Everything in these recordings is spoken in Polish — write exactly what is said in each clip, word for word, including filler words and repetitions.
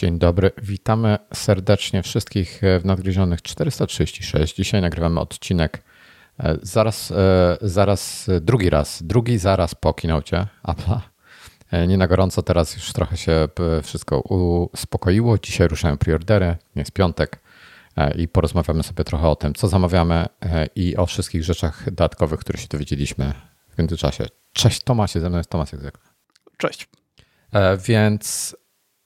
Dzień dobry, witamy serdecznie wszystkich w Nadgryzionych czterysta trzydzieści sześć. Dzisiaj nagrywamy odcinek zaraz, zaraz drugi raz, drugi zaraz po keynocie Apple'a. Nie na gorąco, teraz już trochę się wszystko uspokoiło. Dzisiaj ruszają preordery, jest piątek i porozmawiamy sobie trochę o tym, co zamawiamy i o wszystkich rzeczach dodatkowych, które się dowiedzieliśmy w międzyczasie. Cześć Tomasie, ze mną jest Tomasz jak zwykle. Cześć. Więc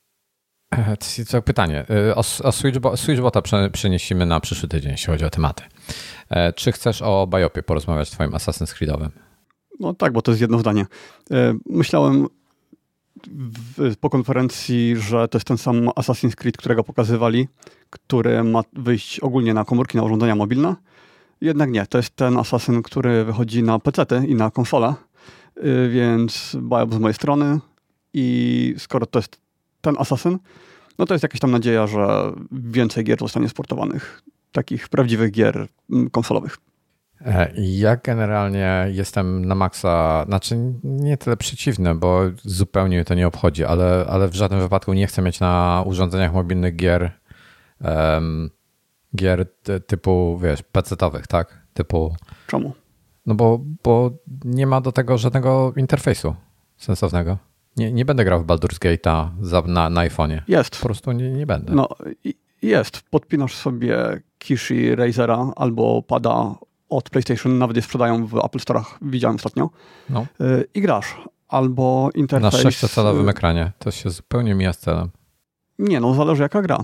to pytanie. O, o Switchbo- Switchbota przenieśmy na przyszły tydzień, jeśli chodzi o tematy. Czy chcesz o Biopie porozmawiać twoim Assassin's Creed'owym? No tak, bo to jest jedno zdanie. Myślałem w, po konferencji, że to jest ten sam Assassin's Creed, którego pokazywali, który ma wyjść ogólnie na komórki, na urządzenia mobilne. Jednak nie, to jest ten Assassin, który wychodzi na pecety i na konsolę, więc Biop z mojej strony i skoro to jest ten Assassin, no to jest jakaś tam nadzieja, że więcej gier zostanie sportowanych, takich prawdziwych gier konsolowych. Ja generalnie jestem na maksa, znaczy nie tyle przeciwny, bo zupełnie mnie to nie obchodzi, ale, ale w żadnym wypadku nie chcę mieć na urządzeniach mobilnych gier um, gier typu, wiesz, pecetowych, tak? Typu... Czemu? No bo, bo nie ma do tego żadnego interfejsu sensownego. Nie, nie będę grał w Baldur's Gate'a na, na iPhone'ie. Jest. Po prostu nie, nie będę. No jest. Podpinasz sobie Kishi Razera albo pada od PlayStation, nawet je sprzedają w Apple Store'ach, widziałem ostatnio. No. I grasz. Albo interfejs... Na sześciocalowym ekranie. To się zupełnie mija z celem. Nie, no zależy jaka gra.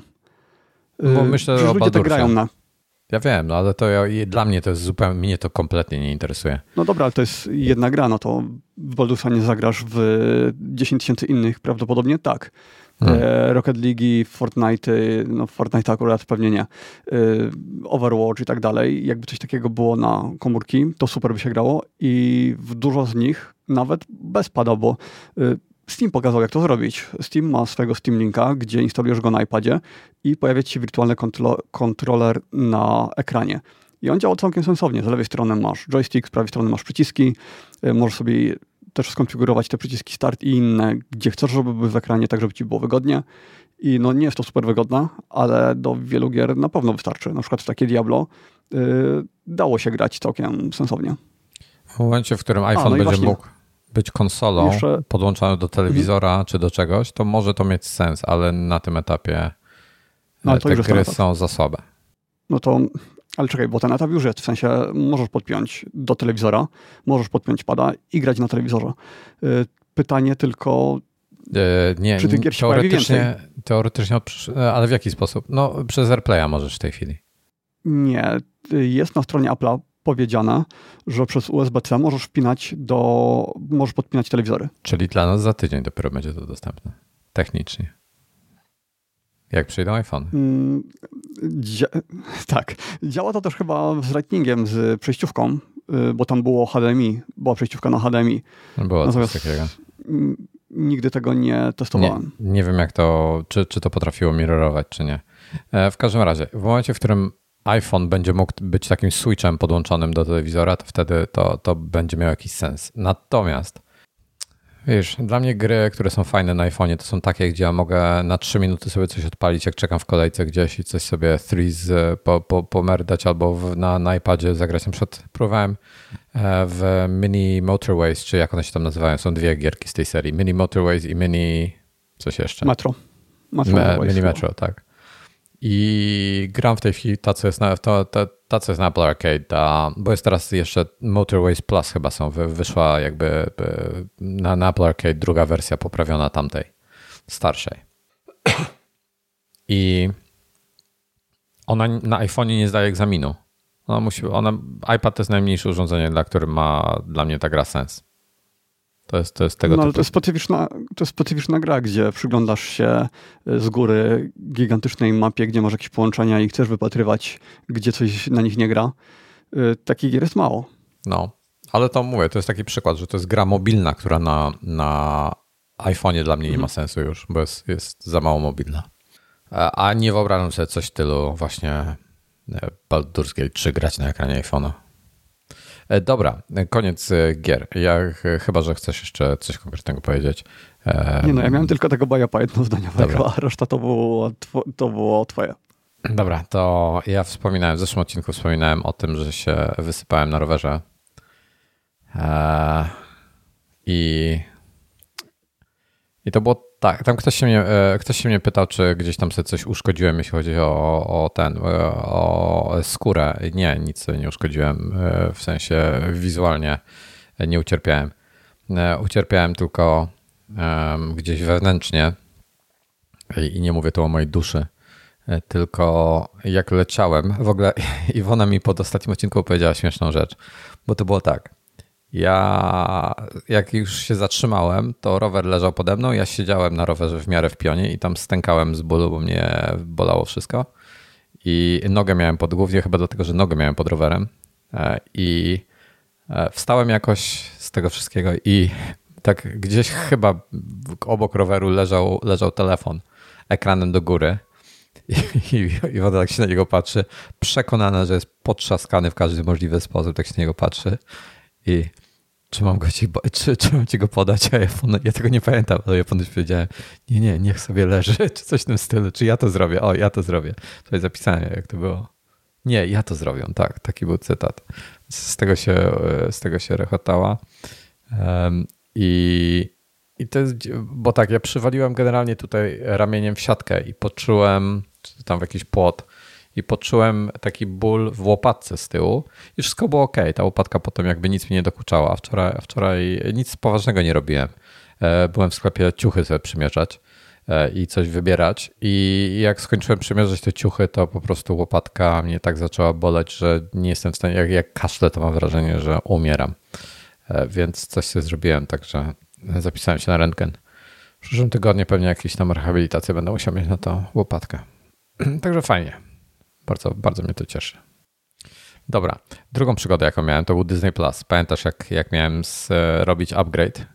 Bo myślę Przecież o ludzie tak grają na... Ja wiem, no ale to ja, dla mnie to jest zupełnie, mnie to kompletnie nie interesuje. No dobra, ale to jest jedna gra, no to w Baldursa nie zagrasz w dziesięć tysięcy innych, prawdopodobnie tak. Hmm. Rocket League, Fortnite, no Fortnite akurat pewnie nie, Overwatch i tak dalej. Jakby coś takiego było na komórki, to super by się grało i w dużo z nich nawet bez pada, bo Steam pokazał, jak to zrobić. Steam ma swojego Steam Linka, gdzie instalujesz go na iPadzie i pojawia ci się wirtualny kontro- kontroler na ekranie. I on działa całkiem sensownie. Z lewej strony masz joystick, z prawej strony masz przyciski. Możesz sobie też skonfigurować te przyciski start i inne, gdzie chcesz, żeby były w ekranie, tak żeby ci było wygodnie. I no nie jest to super wygodne, ale do wielu gier na pewno wystarczy. Na przykład w takie Diablo yy, dało się grać całkiem sensownie. W momencie, w którym iPhone A, no będzie właśnie... mógł być konsolą jeszcze... podłączoną do telewizora mhm. czy do czegoś, to może to mieć sens, ale na tym etapie no, te gry są za słabe. No to, ale czekaj, bo ten etap już jest, w sensie możesz podpiąć do telewizora, możesz podpiąć pada i grać na telewizorze. Pytanie tylko, yy, nie, czy tych gier się pojawi więcej? Teoretycznie, ale w jaki sposób? No przez AirPlaya możesz w tej chwili. Nie, jest na stronie Apple'a powiedziane, że przez U S B C możesz wpinać do, możesz podpinać telewizory. Czyli dla nas za tydzień dopiero będzie to dostępne. Technicznie. Jak przyjdą iPhone. Mm, dzia- tak. Działa to też chyba z Lightningiem, z przejściówką, bo tam było H D M I, była przejściówka na H D M I. Było coś takiego. Nigdy tego nie testowałem. Nie, nie wiem jak to, czy, czy to potrafiło mirrorować, czy nie. W każdym razie, w momencie, w którym iPhone będzie mógł być takim switchem podłączonym do telewizora, to wtedy to, to będzie miało jakiś sens. Natomiast wiesz, dla mnie gry, które są fajne na iPhone'ie, to są takie, gdzie ja mogę na trzy minuty sobie coś odpalić, jak czekam w kolejce gdzieś i coś sobie threes po, po, pomerdać albo w, na, na iPadzie zagrać. Na przykład próbowałem w Mini Motorways, czy jak one się tam nazywają, są dwie gierki z tej serii. Mini Motorways i Mini coś jeszcze. Metro. Metro Me, mini Metro, tak. I gram w tej chwili ta, co jest na, to, ta, ta, co jest na Apple Arcade, ta, bo jest teraz jeszcze Motorways Plus chyba są, wy, wyszła jakby na, na Apple Arcade druga wersja poprawiona tamtej, starszej. I ona na iPhone'ie nie zdaje egzaminu. Ona musi, ona, iPad to jest najmniejsze urządzenie, dla którym ma dla mnie ta gra sens. To jest, to jest tego no, ale typu. To jest, specyficzna, to jest specyficzna gra, gdzie przyglądasz się z góry gigantycznej mapie, gdzie masz jakieś połączenia i chcesz wypatrywać, gdzie coś na nich nie gra. Takich gier jest mało. No, ale to mówię, to jest taki przykład, że to jest gra mobilna, która na, na iPhone'ie dla mnie nie ma sensu już, bo jest, jest za mało mobilna. A nie wyobrażam sobie coś w stylu właśnie Baldur's Gate trzy grać na ekranie iPhone'a. Dobra, koniec gier. Ja chyba, że chcesz jeszcze coś konkretnego powiedzieć. Nie no, ja miałem tylko tego bajapa jednozdaniowego, a reszta to było, to było twoje. Dobra, to ja wspominałem, w zeszłym odcinku wspominałem o tym, że się wysypałem na rowerze eee, i i to było tak, tam ktoś się, mnie, ktoś się mnie pytał, czy gdzieś tam sobie coś uszkodziłem, jeśli chodzi o, o ten, o skórę. Nie, nic sobie nie uszkodziłem, w sensie wizualnie nie ucierpiałem. Ucierpiałem tylko um, gdzieś wewnętrznie i nie mówię tu o mojej duszy, tylko jak leciałem, w ogóle Iwona mi pod ostatnim odcinku opowiedziała śmieszną rzecz, bo to było tak. Ja jak już się zatrzymałem, to rower leżał pode mną, ja siedziałem na rowerze w miarę w pionie i tam stękałem z bólu, bo mnie bolało wszystko i nogę miałem pod, głównie chyba dlatego, że nogę miałem pod rowerem i wstałem jakoś z tego wszystkiego i tak gdzieś chyba obok roweru leżał, leżał telefon ekranem do góry i, i, i woda tak się na niego patrzy, przekonana, że jest potrzaskany w każdy możliwy sposób, tak się na niego patrzy i czy mam go ci, czy, czy mam ci go podać, a ja, ja tego nie pamiętam, ale ja ponoć powiedziałem, nie, nie, niech sobie leży, czy coś w tym stylu, czy ja to zrobię, o, ja to zrobię. Tutaj zapisałem, jak to było. Nie, ja to zrobię, tak, taki był cytat. Z tego się, z tego się rechotała. Um, i, i to jest, bo tak, ja przywaliłem generalnie tutaj ramieniem w siatkę i poczułem, czy tam w jakiś płot, i poczułem taki ból w łopatce z tyłu i wszystko było ok. Ta łopatka potem jakby nic mi nie dokuczała. A wczoraj, a wczoraj nic poważnego nie robiłem. Byłem w sklepie ciuchy sobie przymierzać i coś wybierać i jak skończyłem przymierzać te ciuchy, to po prostu łopatka mnie tak zaczęła boleć, że nie jestem w stanie, jak, jak kaszlę, to mam wrażenie, że umieram. Więc coś sobie zrobiłem, także zapisałem się na rentgen. W przyszłym tygodniu pewnie jakieś tam rehabilitacje będę musiał mieć na tą łopatkę. Także fajnie. Bardzo, bardzo mnie to cieszy. Dobra, drugą przygodę, jaką miałem, to był Disney Plus. Pamiętasz, jak, jak miałem z, robić upgrade?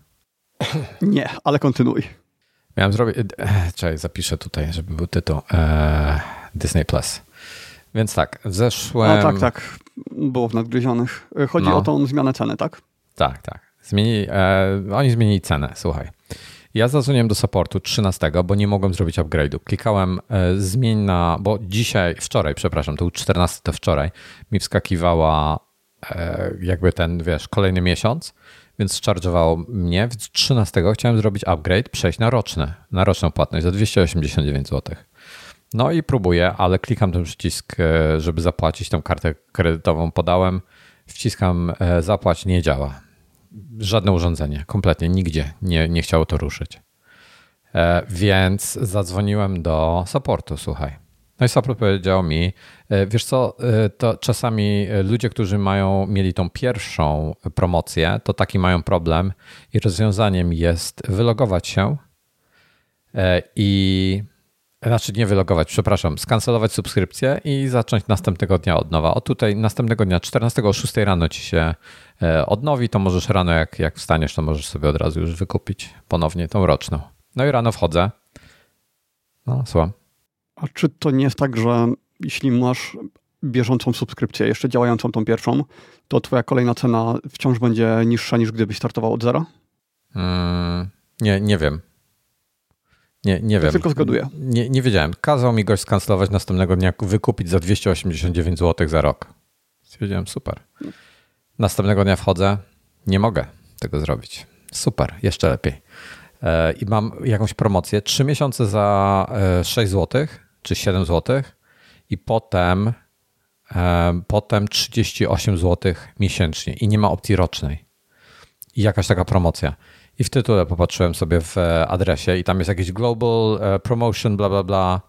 Nie, ale kontynuuj. Miałem zrobić... Czekaj, zapiszę tutaj, żeby był tytuł. Eee, Disney Plus. Więc tak, zeszłem... A tak, tak. Było w nadgryzionych. Chodzi no. o tą zmianę ceny, tak? Tak, tak. Zmienili, e, oni zmienili cenę, słuchaj. Ja zadzwoniłem do supportu trzynastego, bo nie mogłem zrobić upgrade'u. Klikałem e, zmień na, bo dzisiaj, wczoraj, przepraszam, to był czternasty, to wczoraj, mi wskakiwała e, jakby ten, wiesz, kolejny miesiąc, więc charge'owało mnie, więc trzynastego chciałem zrobić upgrade, przejść na roczne, na roczną płatność za dwieście osiemdziesiąt dziewięć złotych. No i próbuję, ale klikam ten przycisk, żeby zapłacić, tą kartę kredytową podałem, wciskam e, zapłać, nie działa. Żadne urządzenie, kompletnie nigdzie nie, nie chciało to ruszyć. E, więc zadzwoniłem do supportu, słuchaj. No i support powiedział mi, e, wiesz co, e, to czasami ludzie, którzy mają, mieli tą pierwszą promocję, to taki mają problem i rozwiązaniem jest wylogować się e, i Znaczy nie wylogować, przepraszam, skancelować subskrypcję i zacząć następnego dnia od nowa. O tutaj następnego dnia, czternastego o szóstej rano ci się odnowi, to możesz rano, jak, jak wstaniesz, to możesz sobie od razu już wykupić ponownie tą roczną. No i rano wchodzę. No, słucham. A czy to nie jest tak, że jeśli masz bieżącą subskrypcję, jeszcze działającą tą pierwszą, to twoja kolejna cena wciąż będzie niższa niż gdybyś startował od zera? Hmm, nie, nie wiem. Nie, nie wiem. Tylko zgaduję. Nie, nie wiedziałem. Kazał mi gość skancelować następnego dnia, wykupić za dwieście osiemdziesiąt dziewięć złotych za rok. Stwierdziłem, super. Następnego dnia wchodzę, nie mogę tego zrobić. Super, jeszcze lepiej. I mam jakąś promocję, trzy miesiące za sześć złotych, czy siedem złotych i potem, potem trzydzieści osiem złotych miesięcznie i nie ma opcji rocznej. I jakaś taka promocja. I w tytule popatrzyłem sobie w adresie i tam jest jakiś global promotion, bla, bla, bla.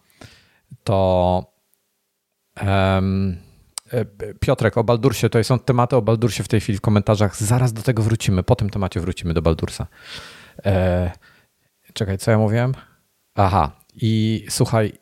To um, Piotrek o Baldursie, tutaj są tematy o Baldursie w tej chwili w komentarzach. Zaraz do tego wrócimy. Po tym temacie wrócimy do Baldursa. E, czekaj, co ja mówiłem? Aha. I słuchaj,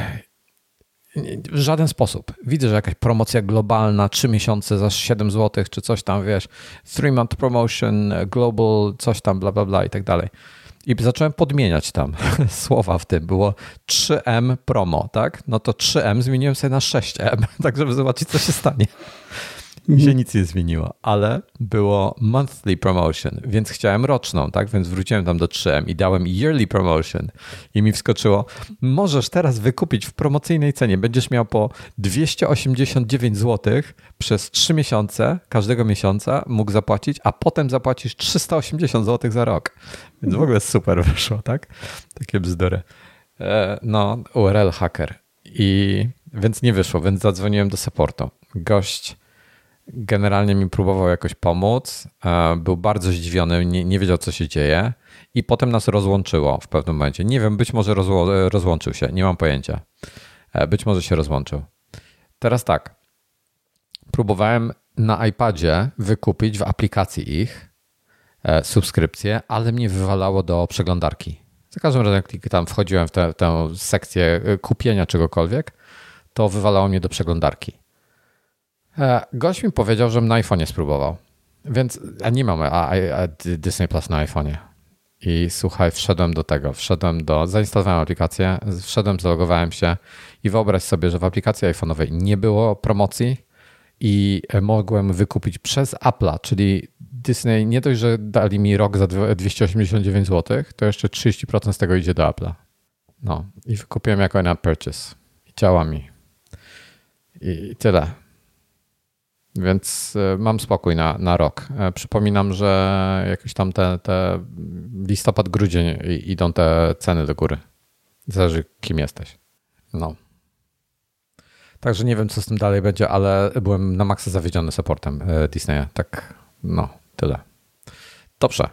w żaden sposób. Widzę, że jakaś promocja globalna, trzy miesiące za siedem złotych, czy coś tam, wiesz, three month promotion, global, coś tam, bla, bla, bla i tak dalej. I zacząłem podmieniać tam słowa w tym. Było trzy M promo, tak? No to trzy M zmieniłem sobie na sześć M, tak żeby zobaczyć, co się stanie. mi się nic nie zmieniło, ale było monthly promotion, więc chciałem roczną, tak? Więc wróciłem tam do trzy M i dałem yearly promotion i mi wskoczyło, możesz teraz wykupić w promocyjnej cenie, będziesz miał po dwieście osiemdziesiąt dziewięć złotych przez trzy miesiące, każdego miesiąca mógł zapłacić, a potem zapłacisz trzysta osiemdziesiąt złotych za rok. Więc w ogóle super wyszło, tak? Takie bzdury. No, U R L hacker. I więc nie wyszło, więc zadzwoniłem do supportu. Gość generalnie mi próbował jakoś pomóc, był bardzo zdziwiony, nie, nie wiedział, co się dzieje i potem nas rozłączyło w pewnym momencie. Nie wiem, być może rozło- rozłączył się, nie mam pojęcia. Być może się rozłączył. Teraz tak, próbowałem na iPadzie wykupić w aplikacji ich subskrypcję, ale mnie wywalało do przeglądarki. Za każdym razem, jak tam wchodziłem w tę, tę sekcję kupienia czegokolwiek, to wywalało mnie do przeglądarki. Gość mi powiedział, żebym na iPhone'ie spróbował. Więc a nie mamy a, a Disney Plus na iPhone'ie. I słuchaj, wszedłem do tego, wszedłem do, zainstalowałem aplikację, wszedłem, zalogowałem się i wyobraź sobie, że w aplikacji iPhone'owej nie było promocji i mogłem wykupić przez Apple'a, czyli Disney nie dość, że dali mi rok za dwieście osiemdziesiąt dziewięć złotych, to jeszcze trzydzieści procent z tego idzie do Apple'a. No i wykupiłem jako na purchase. I działa mi. I tyle. Więc mam spokój na, na rok. Przypominam, że jakoś tam te, te listopad, grudzień idą te ceny do góry. Zależy, kim jesteś. No. Także nie wiem, co z tym dalej będzie, ale byłem na maksa zawiedziony supportem Disneya. Tak, no, tyle. Dobrze.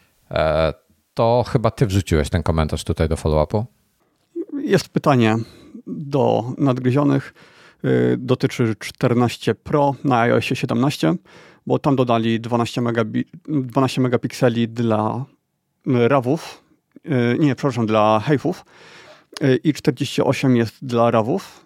To chyba ty wrzuciłeś ten komentarz tutaj do follow-upu. Jest pytanie do nadgryzionych. Dotyczy czternaście Pro na iOSie siedemnaście, bo tam dodali dwanaście, megabi- dwanaście megapikseli dla rawów, nie, przepraszam, dla hejfów i czterdzieści osiem jest dla rawów.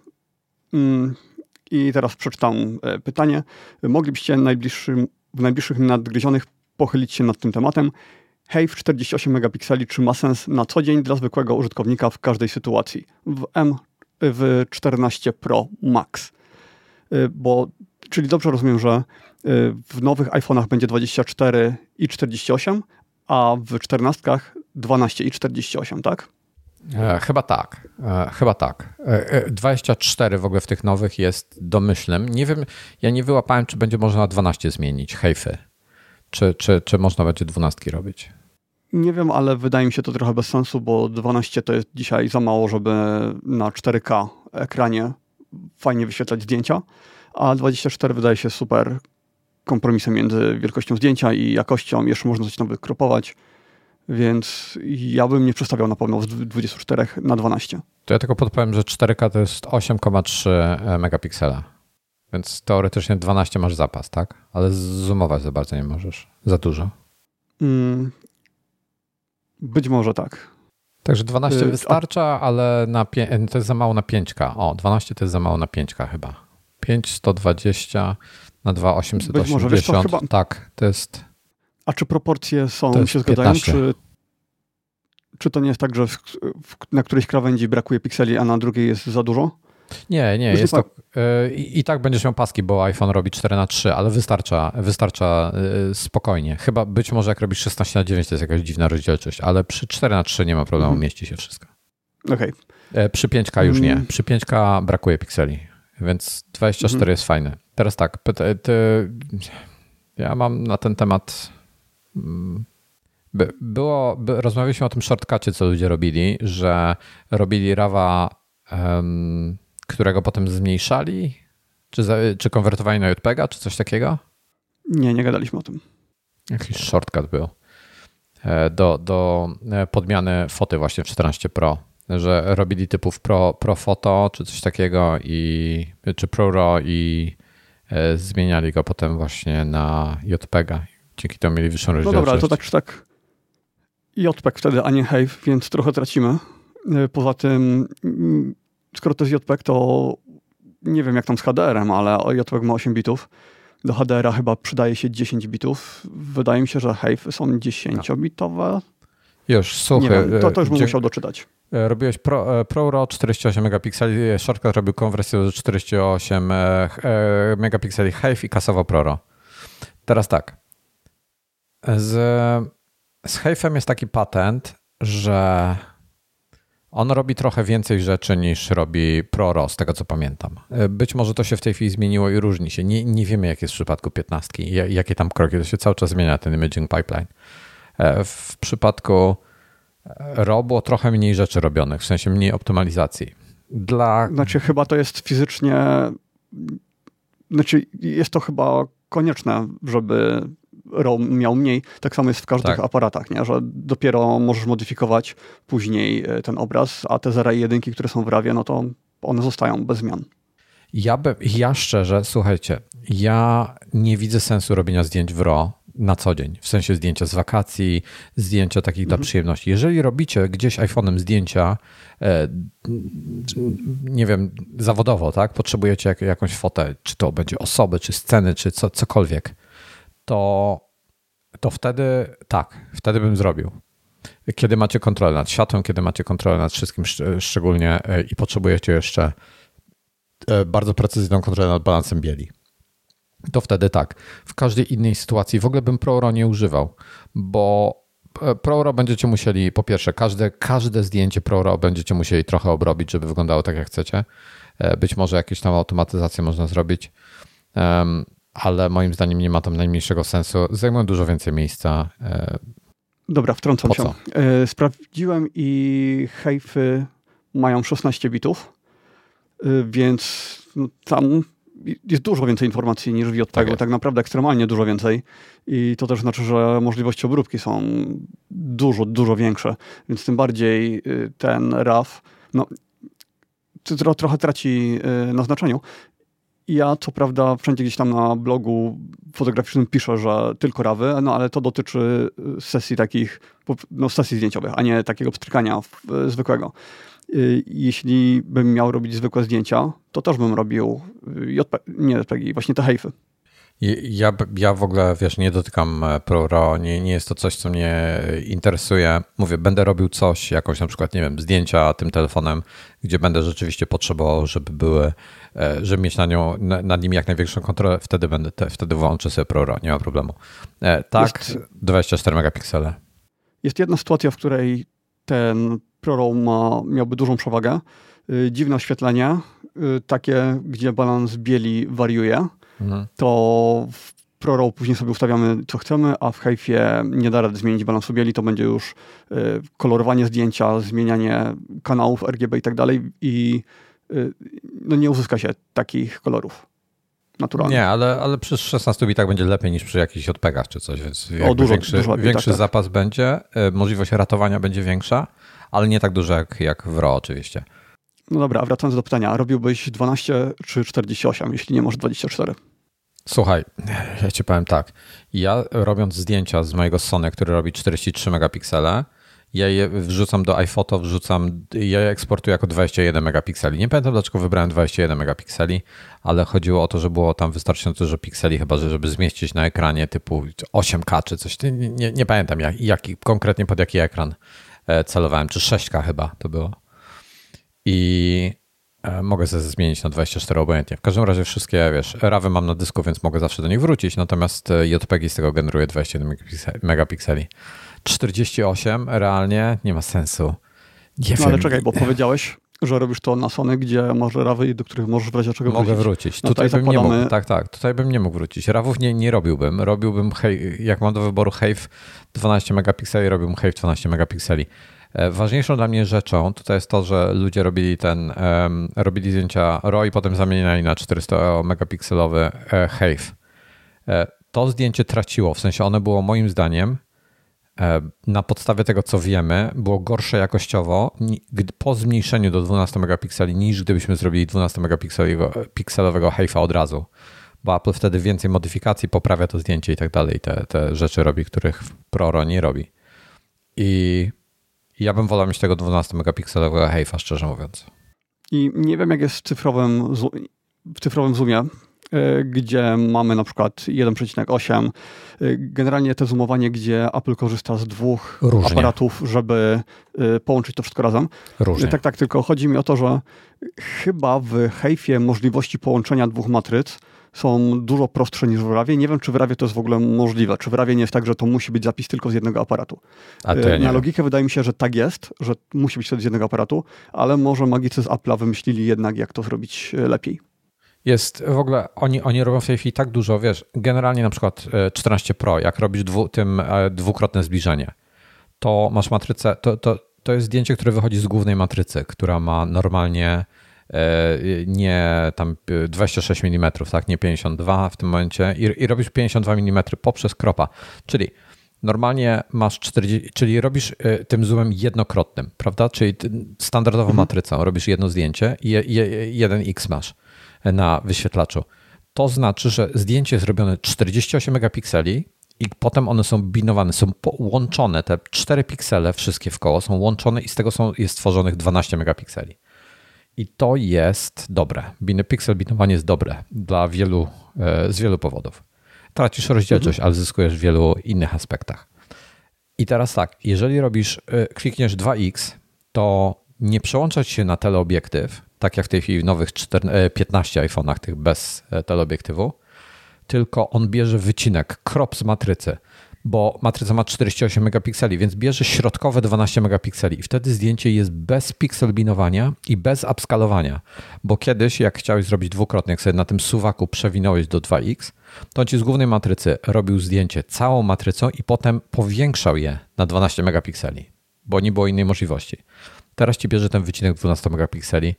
I teraz przeczytam pytanie. Moglibyście najbliższym, w najbliższych nadgryzionych pochylić się nad tym tematem? Hejf czterdzieści osiem megapikseli, czy ma sens na co dzień dla zwykłego użytkownika w każdej sytuacji? W M w czternaście Pro Max. Bo, czyli dobrze rozumiem, że w nowych iPhone'ach będzie dwadzieścia cztery i czterdzieści osiem, a w czternastkach dwanaście i czterdzieści osiem, tak? E, chyba tak. E, chyba tak. E, dwadzieścia cztery w ogóle w tych nowych jest domyślnym. Nie wiem, ja nie wyłapałem, czy będzie można na dwanaście zmienić hejfy. Czy, czy, czy można będzie dwunastki robić? Nie wiem, ale wydaje mi się to trochę bez sensu, bo dwanaście to jest dzisiaj za mało, żeby na cztery K ekranie fajnie wyświetlać zdjęcia, a dwadzieścia cztery wydaje się super kompromisem między wielkością zdjęcia i jakością. Jeszcze można coś tam wykropować, więc ja bym nie przestawiał na pewno z dwudziestu czterech na dwanaście. To ja tylko podpowiem, że cztery K to jest osiem przecinek trzy megapiksela, więc teoretycznie dwanaście masz zapas, tak? Ale zoomować za bardzo nie możesz, za dużo. Mm. Być może tak. Także dwanaście y- wystarcza, a... ale na pię- to jest za mało na pięć K. O, dwanaście to jest za mało na pięć K chyba. pięć sto dwadzieścia na dwa osiemset osiemdziesiąt. Być może, wiesz, to chyba... Tak, to jest... A czy proporcje są, się zgadzają? Czy, czy to nie jest tak, że w, w, na którejś krawędzi brakuje pikseli, a na drugiej jest za dużo? Nie, nie, jest to, yy, i tak będziesz miał paski, bo iPhone robi cztery na trzy, ale wystarcza, wystarcza yy, spokojnie. Chyba być może jak robisz szesnaście na dziewięć to jest jakaś dziwna rozdzielczość, ale przy cztery na trzy nie ma problemu, mm. mieści się wszystko. Okej. Okay. Yy, przy pięć K już nie. Przy pięć K brakuje pikseli, więc dwadzieścia cztery mm. jest fajne. Teraz tak, pyta, ty, ja mam na ten temat... By, było, by, rozmawialiśmy o tym shortcucie, co ludzie robili, że robili rawa... Um, którego potem zmniejszali? Czy, za, czy konwertowali na JPEGa, czy coś takiego? Nie, nie gadaliśmy o tym. Jakiś shortcut był. Do, do podmiany foty właśnie w czternaście Pro, że robili typów Pro, Pro Photo, czy coś takiego, i, czy Pro RAW i e, zmieniali go potem właśnie na JPEGa. Dzięki temu mieli wyższą rozdzielczość. No dobra, ale to tak czy tak JPEG wtedy, a nie Hejf, więc trochę tracimy. Poza tym... Skoro to jest JPEG, to nie wiem jak tam z H D R-em, ale JPEG ma osiem bitów. Do H D R-a chyba przydaje się dziesięć bitów. Wydaje mi się, że hejfy są dziesięciobitowe. Już, słuchaj. Nie wiem, to, to już bym dzie- musiał doczytać. robiłeś Pro, ProRAW czterdzieści osiem megapikseli, Shortcut robił konwersję do czterdzieści osiem megapikseli Hive i kasował ProRAW. Teraz tak. Z, z Hive'em jest taki patent, że on robi trochę więcej rzeczy niż robi ProRAW, z tego co pamiętam. Być może to się w tej chwili zmieniło i różni się. Nie, nie wiemy, jak jest w przypadku piętnastki, jakie tam kroki. To się cały czas zmienia, ten imaging pipeline. W przypadku RAW było trochę mniej rzeczy robionych, w sensie mniej optymalizacji. Dla... Znaczy chyba to jest fizycznie... Znaczy jest to chyba konieczne, żeby RAW miał mniej. Tak samo jest w każdych tak. aparatach, nie? Że dopiero możesz modyfikować później ten obraz, a te zera i jedynki, które są w rawie, no to one zostają bez zmian. Ja, by, ja szczerze, słuchajcie, ja nie widzę sensu robienia zdjęć w RAW na co dzień. W sensie zdjęcia z wakacji, zdjęcia takich mhm. dla przyjemności. Jeżeli robicie gdzieś iPhone'em zdjęcia, e, nie wiem, zawodowo, tak? Potrzebujecie jak, jakąś fotę, czy to będzie osoby, czy sceny, czy co, cokolwiek, to, to wtedy tak, wtedy bym zrobił. Kiedy macie kontrolę nad światłem, kiedy macie kontrolę nad wszystkim szczególnie i potrzebujecie jeszcze bardzo precyzyjną kontrolę nad balansem bieli, to wtedy tak. W każdej innej sytuacji w ogóle bym ProRAW nie używał, bo ProRAW będziecie musieli, po pierwsze, każde, każde zdjęcie ProRAW będziecie musieli trochę obrobić, żeby wyglądało tak, jak chcecie. Być może jakieś tam automatyzacje można zrobić, ale moim zdaniem nie ma tam najmniejszego sensu. Zajmują dużo więcej miejsca. Dobra, wtrącam po się. Co? Sprawdziłem i Hive'y mają szesnaście bitów, więc tam jest dużo więcej informacji niż w J P G, tak, tak naprawdę ekstremalnie dużo więcej i to też znaczy, że możliwości obróbki są dużo, dużo większe, więc tym bardziej ten RAW no, trochę traci na znaczeniu. Ja co prawda wszędzie gdzieś tam na blogu fotograficznym piszę, że tylko rawy, no ale to dotyczy sesji takich, no sesji zdjęciowych, a nie takiego pstrykania zwykłego. Jeśli bym miał robić zwykłe zdjęcia, to też bym robił J P, nie J P G, właśnie te Hive'y. Ja, ja w ogóle, wiesz, nie dotykam ProRAW, nie, nie jest to coś, co mnie interesuje. Mówię, będę robił coś, jakąś na przykład, nie wiem, zdjęcia tym telefonem, gdzie będę rzeczywiście potrzebował, żeby były, żeby mieć na nią, nad nim jak największą kontrolę, wtedy będę, te, wtedy włączę sobie ProRAW, nie ma problemu. Tak, jest, dwadzieścia cztery megapiksele. Jest jedna sytuacja, w której ten ProRAW ma, miałby dużą przewagę. Dziwne oświetlenie, takie, gdzie balans bieli wariuje. Mhm. To w ProRAW później sobie ustawiamy, co chcemy, a w Hive'ie nie da rady zmienić balansu bieli, to będzie już y, kolorowanie zdjęcia, zmienianie kanałów R G B i tak dalej i y, no nie uzyska się takich kolorów naturalnych. Nie, ale, ale przy szesnastu bitach będzie lepiej niż przy jakichś J P G-ach czy coś, więc o, dużo, większy, dużo lepiej, większy tak, tak. zapas będzie, y, możliwość ratowania będzie większa, ale nie tak duża jak, jak w RAW oczywiście. No dobra, a wracając do pytania, robiłbyś dwanaście czy czterdzieści osiem, jeśli nie może dwadzieścia cztery? Słuchaj, ja ci powiem tak, ja robiąc zdjęcia z mojego Sony, który robi czterdzieści trzy megapiksele, ja je wrzucam do iPhoto, wrzucam, ja je eksportuję jako dwadzieścia jeden megapikseli. Nie pamiętam, dlaczego wybrałem dwadzieścia jeden megapikseli, ale chodziło o to, że było tam wystarczająco dużo pikseli, chyba że żeby zmieścić na ekranie typu osiem K czy coś. Nie, nie, nie pamiętam jak, jaki, konkretnie pod jaki ekran celowałem, czy sześć K chyba to było. I mogę sobie zmienić na dwadzieścia cztery obojętnie. W każdym razie wszystkie, wiesz, rawy mam na dysku, więc mogę zawsze do nich wrócić, natomiast J P G z tego generuje dwadzieścia jeden megapikseli. czterdzieści osiem realnie nie ma sensu. Nie no wiem. Ale czekaj, bo powiedziałeś, że robisz to na Sony, gdzie masz rawy, do których możesz w razie czego Mogę wrócić. wrócić. No tutaj bym zakładamy... nie mógł. Tak, tak. Tutaj bym nie mógł wrócić. Rawów nie, nie robiłbym. Robiłbym, jak mam do wyboru Hive dwanaście megapikseli, robiłbym Hive dwanaście megapikseli. Ważniejszą dla mnie rzeczą tutaj jest to, że ludzie robili ten, um, robili zdjęcia RAW i potem zamieniali na czterysta megapikselowy Hive. To zdjęcie traciło, w sensie one było moim zdaniem na podstawie tego, co wiemy, było gorsze jakościowo po zmniejszeniu do dwunastu megapikseli niż gdybyśmy zrobili dwunastu megapikselowego Hive'a od razu, bo Apple wtedy więcej modyfikacji poprawia to zdjęcie i tak dalej, te, te rzeczy robi, których ProRAW nie robi. I ja bym wolał mieć tego dwunastu megapikselowego Hive'a, szczerze mówiąc. I nie wiem, jak jest w cyfrowym, w cyfrowym zoomie, gdzie mamy na przykład jeden przecinek osiem. Generalnie to zoomowanie, gdzie Apple korzysta z dwóch Różnie. aparatów, żeby połączyć to wszystko razem. Różnie. Tak, tak, tylko chodzi mi o to, że chyba w Hejfie możliwości połączenia dwóch matryc są dużo prostsze niż w Rawie. Nie wiem, czy w Rawie to jest w ogóle możliwe. Czy w Rawie nie jest tak, że to musi być zapis tylko z jednego aparatu. A to ja nie Na wiem. logikę wydaje mi się, że tak jest, że musi być wtedy z jednego aparatu, ale może magicy z Apple'a wymyślili jednak, jak to zrobić lepiej. Jest w ogóle, oni, oni robią w tej chwili tak dużo, wiesz, generalnie na przykład czternaście Pro, jak robisz dwu, tym dwukrotne zbliżenie, to masz matrycę, to, to, to jest zdjęcie, które wychodzi z głównej matrycy, która ma normalnie nie tam dwadzieścia sześć milimetrów, tak, nie pięćdziesiąt dwa w tym momencie i, i robisz pięćdziesiąt dwa milimetry poprzez kropa, czyli normalnie masz czterdzieści, czyli robisz tym zoomem jednokrotnym, prawda, czyli standardową mhm. matrycą robisz jedno zdjęcie i je, je, jeden X masz na wyświetlaczu. To znaczy, że zdjęcie jest robione czterdzieści osiem megapikseli i potem one są binowane, są połączone, te cztery piksele wszystkie w koło są łączone i z tego są, jest tworzonych dwanaście megapikseli. I to jest dobre. Piksel binowanie jest dobre dla wielu, z wielu powodów. Tracisz rozdzielczość, mhm. ale zyskujesz w wielu innych aspektach. I teraz tak, jeżeli robisz, klikniesz dwa X, to nie przełączać się na teleobiektyw, tak jak w tej chwili w nowych piętnaście iPhone'ach, tych bez teleobiektywu, tylko on bierze wycinek, crop z matrycy, bo matryca ma czterdzieści osiem megapikseli, więc bierze środkowe dwanaście megapikseli i wtedy zdjęcie jest bez pixel binowania i bez upskalowania, bo kiedyś jak chciałeś zrobić dwukrotnie, jak sobie na tym suwaku przewinąłeś do dwa X, to on ci z głównej matrycy robił zdjęcie całą matrycą i potem powiększał je na dwanaście megapikseli, bo nie było innej możliwości. Teraz ci bierze ten wycinek dwanaście megapikseli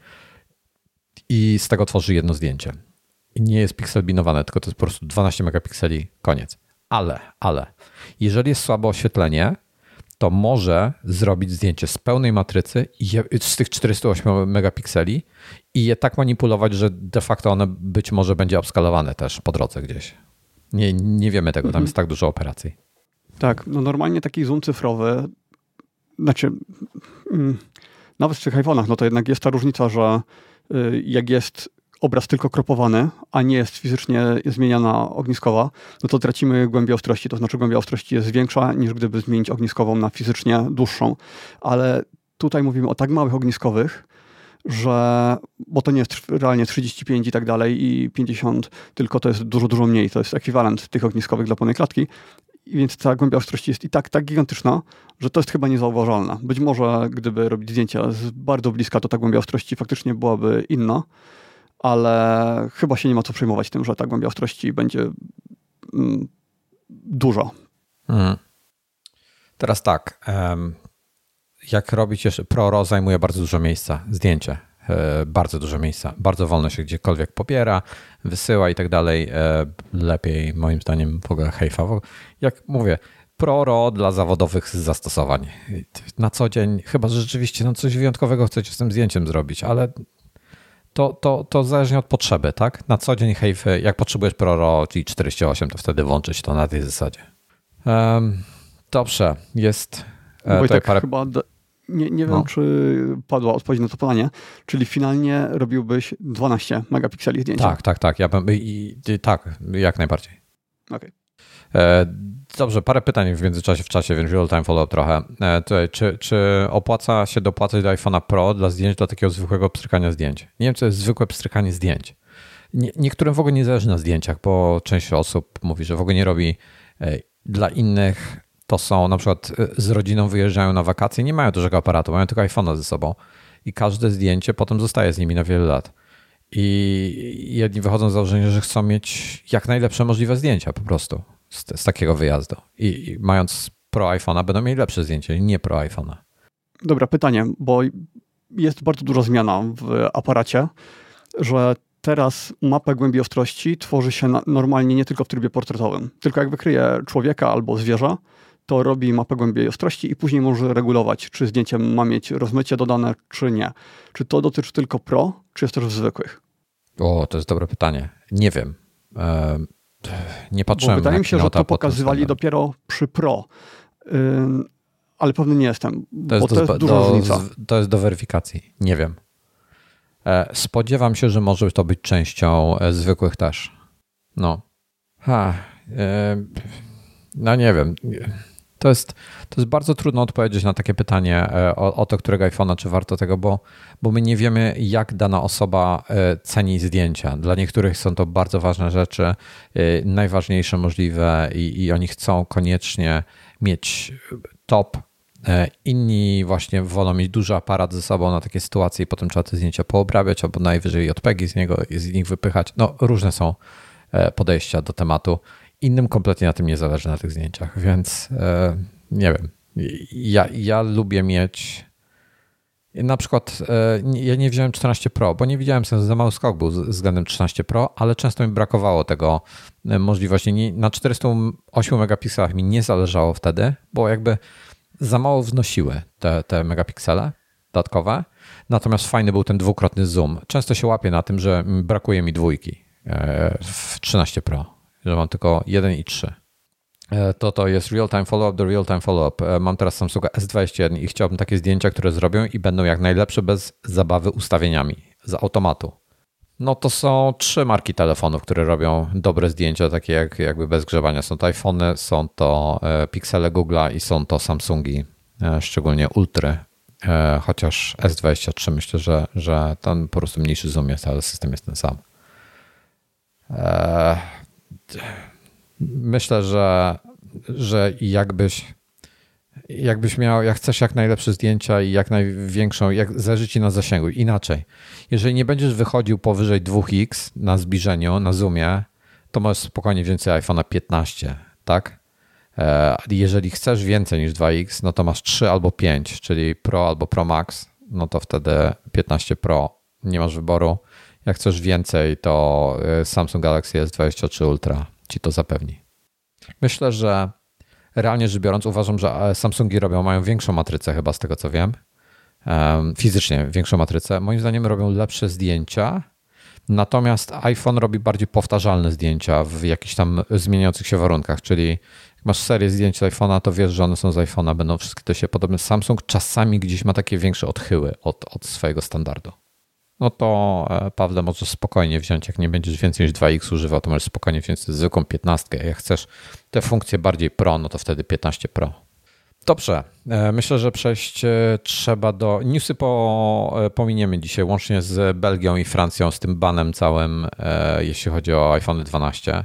i z tego tworzy jedno zdjęcie. I nie jest pixel binowane, tylko to jest po prostu dwanaście megapikseli, koniec. Ale, ale, jeżeli jest słabe oświetlenie, to może zrobić zdjęcie z pełnej matrycy i je, z tych czterysta osiem megapikseli i je tak manipulować, że de facto one być może będzie upskalowane też po drodze gdzieś. Nie, nie wiemy tego, tam mhm. jest tak dużo operacji. Tak, no normalnie taki zoom cyfrowy, znaczy mm, nawet w tych iPhone'ach, no to jednak jest ta różnica, że y, jak jest obraz tylko kropowany, a nie jest fizycznie zmieniana ogniskowa, no to tracimy głębię ostrości. To znaczy głębia ostrości jest większa niż gdyby zmienić ogniskową na fizycznie dłuższą. Ale tutaj mówimy o tak małych ogniskowych, że, bo to nie jest realnie trzydzieści pięć i tak dalej i pięćdziesiąt, tylko to jest dużo, dużo mniej. To jest ekwiwalent tych ogniskowych dla pełnej klatki. I więc ta głębia ostrości jest i tak, tak gigantyczna, że to jest chyba niezauważalne. Być może gdyby robić zdjęcia z bardzo bliska, to ta głębia ostrości faktycznie byłaby inna, ale chyba się nie ma co przejmować tym, że ta głębia ostrości będzie mm, duża. Hmm. Teraz tak, jak robić jeszcze, ProRAW zajmuje bardzo dużo miejsca, zdjęcie, bardzo dużo miejsca, bardzo wolno się gdziekolwiek pobiera, wysyła i tak dalej, lepiej moim zdaniem w ogóle hejfa. Jak mówię, ProRAW dla zawodowych zastosowań. Na co dzień, chyba że rzeczywiście no coś wyjątkowego chcecie z tym zdjęciem zrobić, ale To, to, to zależnie od potrzeby, tak? Na co dzień hejfy, jak potrzebujesz ProRAW, czyli czterdzieści osiem, to wtedy włączyć to na tej zasadzie. Um, dobrze, jest e, Wojtek, tutaj parę... chyba d- nie, nie wiem, no. czy padła odpowiedź na to pytanie, czyli finalnie robiłbyś dwanaście megapikseli zdjęcia. Tak, tak, tak. Ja bym, i, i, tak, jak najbardziej. Okej. Okay. Dobrze, parę pytań w międzyczasie w czasie, więc real time follow trochę. Tutaj, czy, czy opłaca się dopłacać do iPhone'a Pro dla zdjęć, dla takiego zwykłego pstrykania zdjęć? Nie wiem, co jest zwykłe pstrykanie zdjęć. Nie, niektórym w ogóle nie zależy na zdjęciach, bo część osób mówi, że w ogóle nie robi. Dla innych to są na przykład z rodziną wyjeżdżają na wakacje, nie mają dużego aparatu, mają tylko iPhone'a ze sobą i każde zdjęcie potem zostaje z nimi na wiele lat. I jedni wychodzą z założenia, że chcą mieć jak najlepsze możliwe zdjęcia po prostu z, z takiego wyjazdu. I, I mając Pro iPhone'a będą mieli lepsze zdjęcie, nie Pro iPhone'a. Dobra, pytanie, bo jest bardzo duża zmiana w aparacie, że teraz mapę głębi ostrości tworzy się na, normalnie nie tylko w trybie portretowym. Tylko jak wykryje człowieka albo zwierzę, to robi mapę głębi ostrości i później może regulować, czy zdjęcie ma mieć rozmycie dodane, czy nie. Czy to dotyczy tylko Pro, czy jest też w zwykłych? O, to jest dobre pytanie. Nie wiem. Ehm, nie patrzyłem. Bo wydaje mi się, że to pokazywali względem. dopiero przy Pro. Ym, ale pewnie nie jestem, to jest bo do, to jest duża do, różnica. To jest do weryfikacji. Nie wiem. Spodziewam się, że może to być częścią zwykłych też. No. Ha, yy, no nie wiem. To jest, to jest bardzo trudno odpowiedzieć na takie pytanie o, o to, którego iPhone'a, czy warto tego, bo, bo my nie wiemy, jak dana osoba ceni zdjęcia. Dla niektórych są to bardzo ważne rzeczy, najważniejsze możliwe i, i oni chcą koniecznie mieć top. Inni właśnie wolą mieć duży aparat ze sobą na takie sytuacje i potem trzeba te zdjęcia poobrabiać albo najwyżej odpegi z niego, z nich wypychać. No różne są podejścia do tematu. Innym kompletnie na tym nie zależy na tych zdjęciach, więc e, nie wiem. Ja, ja lubię mieć na przykład, e, ja nie wziąłem czternaście Pro, bo nie widziałem sensu, za mały skok był względem trzynaście Pro, ale często mi brakowało tego możliwości. Nie, na czterystu ośmiu megapikselach mi nie zależało wtedy, bo jakby za mało wznosiły te, te megapiksele dodatkowe, natomiast fajny był ten dwukrotny zoom. Często się łapię na tym, że brakuje mi dwójki e, w trzynaście Pro. Że mam tylko jeden i trzy. To to jest real-time follow-up do real-time follow-up. Mam teraz Samsunga S dwadzieścia jeden i chciałbym takie zdjęcia, które zrobią i będą jak najlepsze bez zabawy ustawieniami z automatu. No to są trzy marki telefonów, które robią dobre zdjęcia, takie jak jakby bez grzebania. Są to iPhony, są to Pixele Google'a i są to Samsungi, szczególnie Ultry. Chociaż S dwadzieścia trzy myślę, że, że tam po prostu mniejszy zoom jest, ale system jest ten sam. Eee... Myślę, że, że jakbyś, jakbyś miał, jak chcesz jak najlepsze zdjęcia i jak największą, jak zależy ci na zasięgu. Inaczej, jeżeli nie będziesz wychodził powyżej dwa iks na zbliżeniu, na zoomie, to możesz spokojnie wziąć sobie iPhone'a piętnaście, tak? Jeżeli chcesz więcej niż dwa iks, no to masz trzy albo pięć, czyli Pro albo Pro Max, no to wtedy piętnaście Pro, nie masz wyboru. Jak chcesz więcej, to Samsung Galaxy S dwadzieścia trzy Ultra ci to zapewni. Myślę, że realnie rzecz biorąc uważam, że Samsungi robią, mają większą matrycę chyba z tego co wiem. Fizycznie większą matrycę. Moim zdaniem robią lepsze zdjęcia, natomiast iPhone robi bardziej powtarzalne zdjęcia w jakichś tam zmieniających się warunkach, czyli jak masz serię zdjęć z iPhone'a, to wiesz, że one są z iPhone'a, będą wszystkie do siebie podobne. Samsung czasami gdzieś ma takie większe odchyły od, od swojego standardu. No to Pawle możesz spokojnie wziąć, jak nie będziesz więcej niż dwa iks używał, to możesz spokojnie wziąć zwykłą piętnastkę. Jak chcesz te funkcje bardziej Pro, no to wtedy piętnaście Pro. Dobrze, myślę, że przejść trzeba do... Newsy po, pominiemy dzisiaj, łącznie z Belgią i Francją, z tym banem całym, jeśli chodzi o iPhone dwanaście,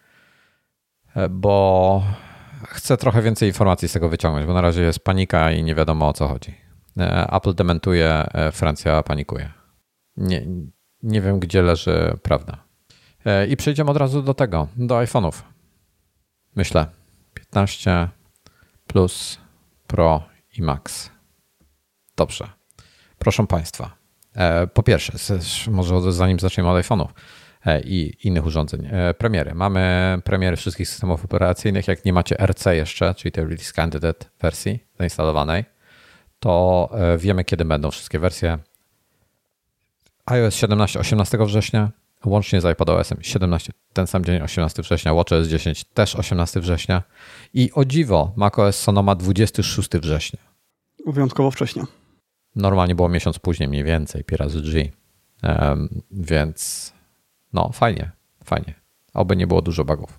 bo chcę trochę więcej informacji z tego wyciągnąć, bo na razie jest panika i nie wiadomo o co chodzi. Apple dementuje, Francja panikuje. Nie, nie wiem, gdzie leży prawda. I przejdziemy od razu do tego, do iPhone'ów. Myślę, piętnaście Plus, Pro i Max. Dobrze. Proszę Państwa. Po pierwsze, może zanim zaczniemy od iPhone'ów i innych urządzeń, premiery. Mamy premiery wszystkich systemów operacyjnych. Jak nie macie R C jeszcze, czyli tej Release Candidate wersji zainstalowanej, to wiemy, kiedy będą wszystkie wersje. iOS siedemnaście osiemnastego września, łącznie z iPadOS-em siedemnaście, ten sam dzień, osiemnastego września, watchOS dziesięć też osiemnastego września i o dziwo macOS Sonoma dwudziestego szóstego września. Wyjątkowo wcześnie. Normalnie było miesiąc później mniej więcej, pi razy G, um, więc no fajnie, fajnie. Oby nie było dużo bugów.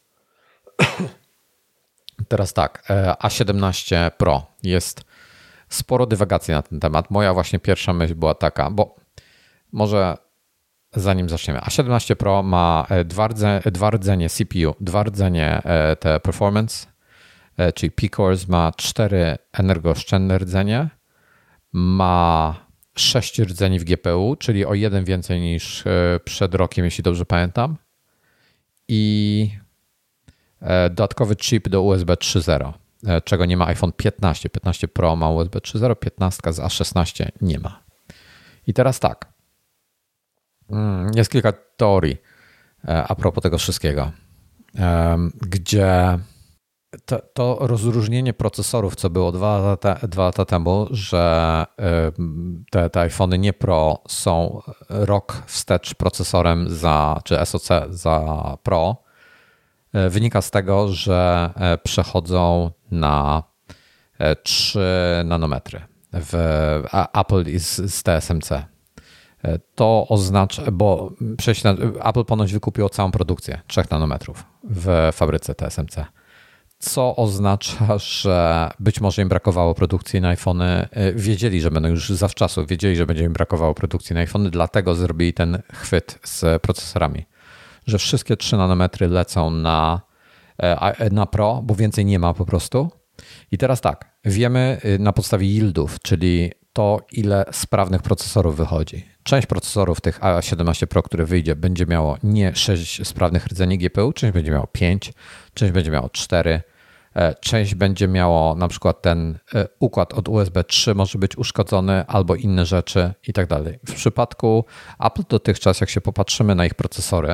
Teraz tak, A siedemnaście Pro. Jest sporo dywagacji na ten temat. Moja właśnie pierwsza myśl była taka, bo może zanim zaczniemy. A siedemnaście Pro ma dwa, rdze, dwa rdzenie C P U, dwa rdzenie te performance, czyli P-Cores, ma cztery energooszczędne rdzenie, ma sześć rdzeni w G P U, czyli o jeden więcej niż przed rokiem, jeśli dobrze pamiętam, i dodatkowy chip do U S B trzy zero, czego nie ma iPhone piętnaście. piętnaście Pro ma U S B trzy zero, piętnaście z A szesnaście nie ma. I teraz tak. Jest kilka teorii a propos tego wszystkiego, gdzie to, to rozróżnienie procesorów, co było dwa lata, dwa lata temu, że te, te iPhony nie Pro są rok wstecz procesorem za, czy S O C za Pro, wynika z tego, że przechodzą na trzy nanometry w Apple i z, z T S M C. to oznacza, bo przejść na, Apple ponoć wykupiło całą produkcję trzech nanometrów w fabryce T S M C, co oznacza, że być może im brakowało produkcji na iPhony. Wiedzieli, że będą już zawczasu, wiedzieli, że będzie im brakowało produkcji na iPhony, dlatego zrobili ten chwyt z procesorami, że wszystkie trzy nanometry lecą na, na Pro, bo więcej nie ma po prostu. I teraz tak, wiemy na podstawie yieldów, czyli to, ile sprawnych procesorów wychodzi. Część procesorów tych A siedemnaście Pro, które wyjdzie, będzie miało nie sześć sprawnych rdzeni G P U, część będzie miało pięć, część będzie miało cztery, część będzie miało na przykład ten układ od U S B trzy może być uszkodzony albo inne rzeczy i tak dalej. W przypadku Apple dotychczas, jak się popatrzymy na ich procesory,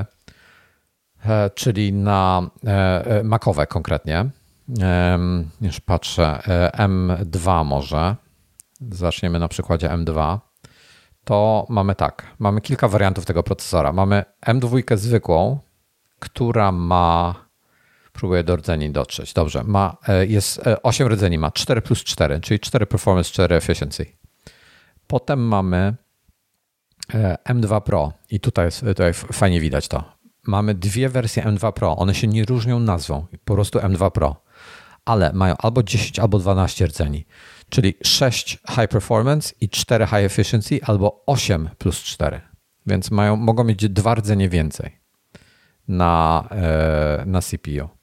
czyli na Macowe konkretnie, już patrzę, M dwa może, zaczniemy na przykładzie M dwa, to mamy tak, mamy kilka wariantów tego procesora. Mamy M dwa zwykłą, która ma, próbuję do rdzeni dotrzeć, dobrze, ma, jest osiem rdzeni, ma cztery plus cztery, czyli cztery performance, cztery efficiency. Potem mamy M dwa Pro i tutaj, jest, tutaj fajnie widać to. Mamy dwie wersje M dwa Pro, one się nie różnią nazwą, po prostu M dwa Pro, ale mają albo dziesięć, albo dwanaście rdzeni. Czyli sześć high performance i cztery high efficiency albo osiem plus cztery. Więc mają, mogą mieć dwa rdzenie więcej na, na C P U.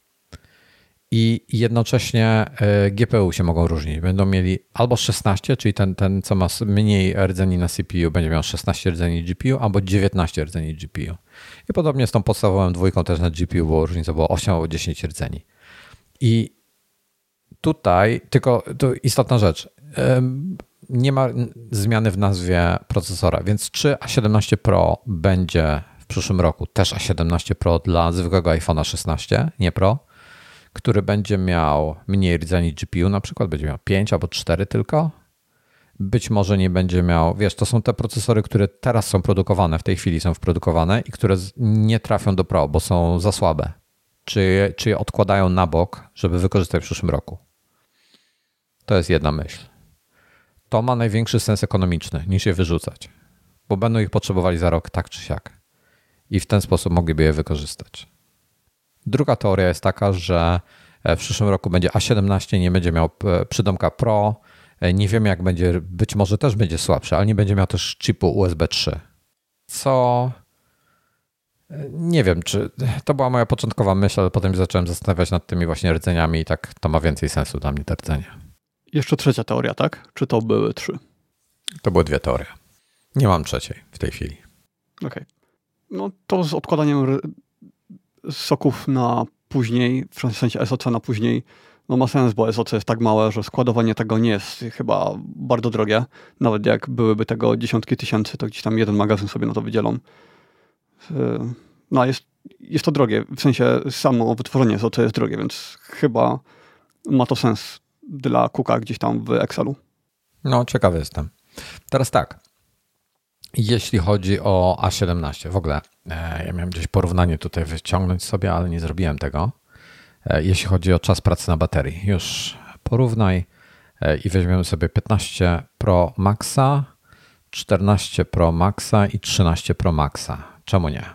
I jednocześnie G P U się mogą różnić. Będą mieli albo szesnaście, czyli ten, ten co ma mniej rdzeni na C P U będzie miał szesnaście rdzeni G P U, albo dziewiętnaście rdzeni G P U. I podobnie z tą podstawową dwójką też na G P U było różnica, było osiem albo dziesięć rdzeni. I tutaj tylko to istotna rzecz. Nie ma zmiany w nazwie procesora, więc czy A siedemnaście Pro będzie w przyszłym roku też A siedemnaście Pro dla zwykłego iPhone'a szesnaście, nie Pro, który będzie miał mniej rdzeni G P U, na przykład będzie miał pięć albo cztery tylko. Być może nie będzie miał, wiesz, to są te procesory, które teraz są produkowane, w tej chwili są produkowane i które nie trafią do Pro, bo są za słabe. Czy, czy je odkładają na bok, żeby wykorzystać w przyszłym roku. To jest jedna myśl. To ma największy sens ekonomiczny, niż je wyrzucać, bo będą ich potrzebowali za rok tak czy siak i w ten sposób mogliby je wykorzystać. Druga teoria jest taka, że w przyszłym roku będzie A siedemnaście, nie będzie miał przydomka Pro, nie wiemy jak będzie, być może też będzie słabszy, ale nie będzie miał też chipu U S B trzy, co... Nie wiem, czy to była moja początkowa myśl, ale potem zacząłem zastanawiać nad tymi właśnie rdzeniami i tak to ma więcej sensu dla mnie, te rdzenia. Jeszcze trzecia teoria, tak? Czy to były trzy? To były dwie teorie. Nie mam trzeciej w tej chwili. Okej. Okay. No to z odkładaniem soków na później, w sensie S O C na później, no ma sens, bo S O C jest tak małe, że składowanie tego nie jest chyba bardzo drogie. Nawet jak byłyby tego dziesiątki tysięcy, to gdzieś tam jeden magazyn sobie na to wydzielą. No jest, jest to drogie, w sensie samo wytworzenie S O C jest drogie, więc chyba ma to sens dla Cooka gdzieś tam w Excelu. No, ciekawy jestem. Teraz tak, jeśli chodzi o A siedemnaście, w ogóle e, ja miałem gdzieś porównanie tutaj wyciągnąć sobie, ale nie zrobiłem tego. E, jeśli chodzi o czas pracy na baterii, już porównaj e, i weźmiemy sobie piętnaście Pro Maxa, czternaście Pro Maxa i trzynaście Pro Maxa. Czemu nie?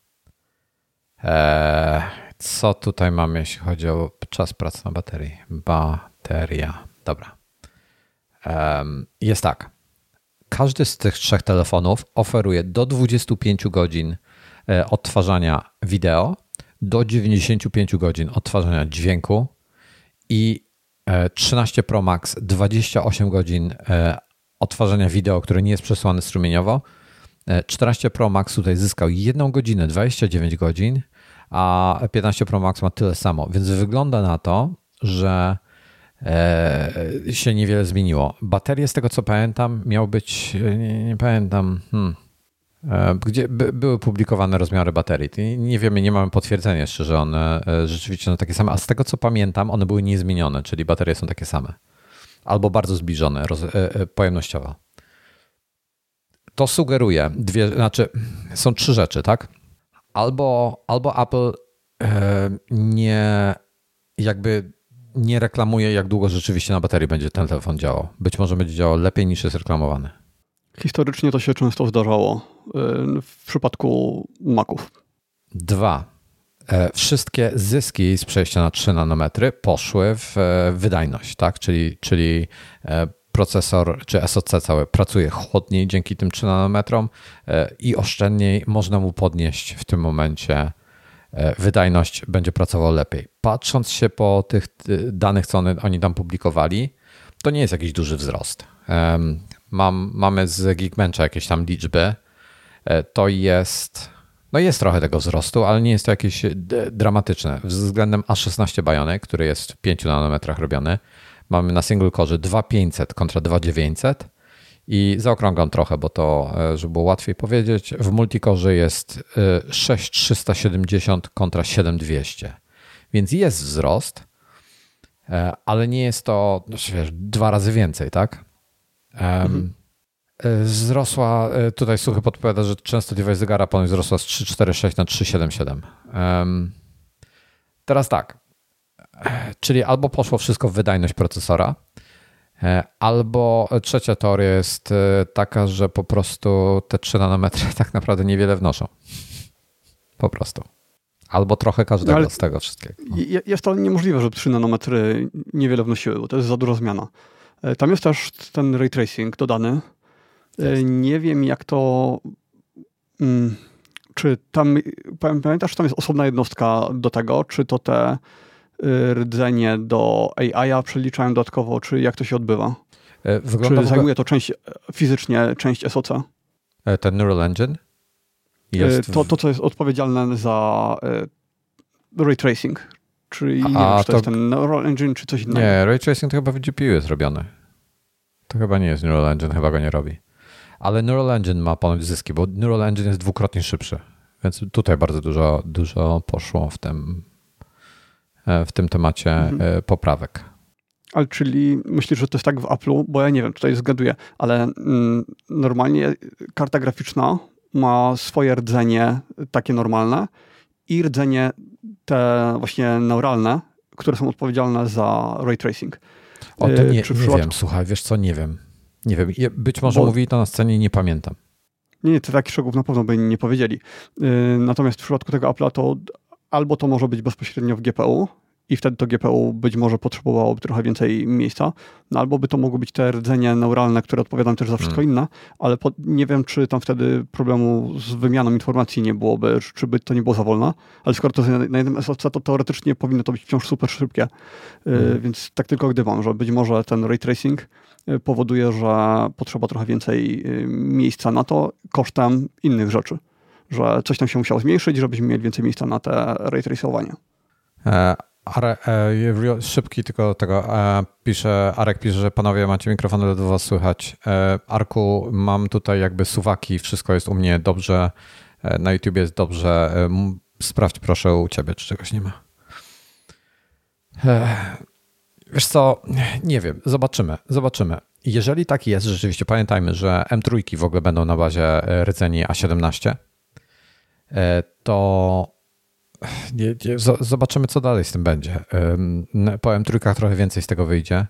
Eee, co tutaj mamy, jeśli chodzi o czas pracy na baterii? Bateria. Dobra. Eee, jest tak. Każdy z tych trzech telefonów oferuje do dwudziestu pięciu godzin odtwarzania wideo, do dziewięćdziesięciu pięciu godzin odtwarzania dźwięku i trzynaście Pro Max dwadzieścia osiem godzin odtwarzania wideo, które nie jest przesyłane strumieniowo. czternaście Pro Max tutaj zyskał jedną godzinę, dwadzieścia dziewięć godzin, a piętnaście Pro Max ma tyle samo, więc wygląda na to, że e, się niewiele zmieniło. Baterie, z tego co pamiętam, miał być, nie, nie pamiętam, hmm, e, gdzie by, były publikowane rozmiary baterii. Nie wiemy, nie mamy potwierdzenia jeszcze, że one e, rzeczywiście są takie same, a z tego co pamiętam, one były niezmienione, czyli baterie są takie same. Albo bardzo zbliżone roz, e, e, pojemnościowo. To sugeruje dwie, znaczy są trzy rzeczy, tak? Albo, albo Apple e, nie jakby nie reklamuje, jak długo rzeczywiście na baterii będzie ten telefon działał. Być może będzie działał lepiej niż jest reklamowany. Historycznie to się często zdarzało w przypadku Maców. Dwa. Wszystkie zyski z przejścia na trzy nanometry poszły w wydajność, tak? Czyli, czyli procesor czy S O C cały pracuje chłodniej dzięki tym trzy nanometrom i oszczędniej. Można mu podnieść w tym momencie wydajność, będzie pracował lepiej. Patrząc się po tych danych, co one, oni tam publikowali, to nie jest jakiś duży wzrost. Mam, mamy z Geekbencha jakieś tam liczby. To jest, no jest trochę tego wzrostu, ale nie jest to jakieś dramatyczne. Względem A szesnaście Bionic, który jest w pięciu nanometrach robiony, mamy na single core dwa tysiące pięćset kontra dwa tysiące dziewięćset i zaokrągam trochę, bo to, żeby było łatwiej powiedzieć, w multikorze jest sześć tysięcy trzysta siedemdziesiąt kontra siedem tysięcy dwieście. Więc jest wzrost, ale nie jest to, no wiesz, dwa razy więcej, tak? Mhm. Wzrosła, tutaj Suchy podpowiada, że częstotliwość zegara ponoć wzrosła z trzysta czterdzieści sześć na trzysta siedemdziesiąt siedem. Teraz tak, czyli albo poszło wszystko w wydajność procesora, albo trzecia teoria jest taka, że po prostu te trzy nanometry tak naprawdę niewiele wnoszą. Po prostu. Albo trochę każdego ale z tego wszystkiego. No. Jest to niemożliwe, żeby trzy nanometry niewiele wnosiły, bo to jest za duża zmiana. Tam jest też ten ray tracing dodany. Jest. Nie wiem, jak to... Hmm, czy tam... Pamiętasz, że tam jest osobna jednostka do tego? Czy to te rdzenie do A I a przeliczają dodatkowo, czy jak to się odbywa? Wygląda czy zajmuje to część, fizycznie część S O C? Ten Neural Engine? Jest to, to, co jest odpowiedzialne za ray tracing. Czyli nie wiem, czy to, to jest ten Neural Engine, czy coś innego. Nie, ray tracing to chyba w G P U jest robiony. To chyba nie jest Neural Engine, chyba go nie robi. Ale Neural Engine ma ponoć zyski, bo Neural Engine jest dwukrotnie szybszy. Więc tutaj bardzo dużo, dużo poszło w tym, w tym temacie mhm. poprawek. Ale czyli myślisz, że to jest tak w Apple'u? Bo ja nie wiem, tutaj zgaduję, ale mm, normalnie karta graficzna ma swoje rdzenie takie normalne i rdzenie te właśnie neuralne, które są odpowiedzialne za ray tracing. O, to nie, nie przypadku... wiem, słuchaj, wiesz co, nie wiem. Nie wiem, być może Bo... mówili to na scenie i nie pamiętam. Nie, nie, to takich szczegółów na pewno by nie powiedzieli. Natomiast w przypadku tego Apple'a to albo to może być bezpośrednio w G P U i wtedy to G P U być może potrzebowałoby trochę więcej miejsca, no albo by to mogły być te rdzenie neuralne, które odpowiadają też za wszystko hmm. inne, ale po, nie wiem, czy tam wtedy problemu z wymianą informacji nie byłoby, czy by to nie było za wolne, ale skoro to jest na jednym S O C, to teoretycznie powinno to być wciąż super szybkie, hmm. więc tak tylko gdybam, że być może ten ray tracing powoduje, że potrzeba trochę więcej miejsca na to kosztem innych rzeczy, że coś tam się musiało zmniejszyć, żebyśmy mieli więcej miejsca na te ray traceowanie. E- Are, e, szybki tylko tego e, pisze, Arek pisze, że panowie macie mikrofony, ledwo was słychać. E, Arku, mam tutaj jakby suwaki, wszystko jest u mnie dobrze, e, na YouTube jest dobrze. E, m, sprawdź proszę u ciebie, czy czegoś nie ma. E, wiesz co, nie wiem, zobaczymy, zobaczymy. Jeżeli tak jest, rzeczywiście pamiętajmy, że M trzy w ogóle będą na bazie rdzeni A siedemnaście, e, to Nie, nie, zobaczymy, co dalej z tym będzie. Po M trzy trochę więcej z tego wyjdzie.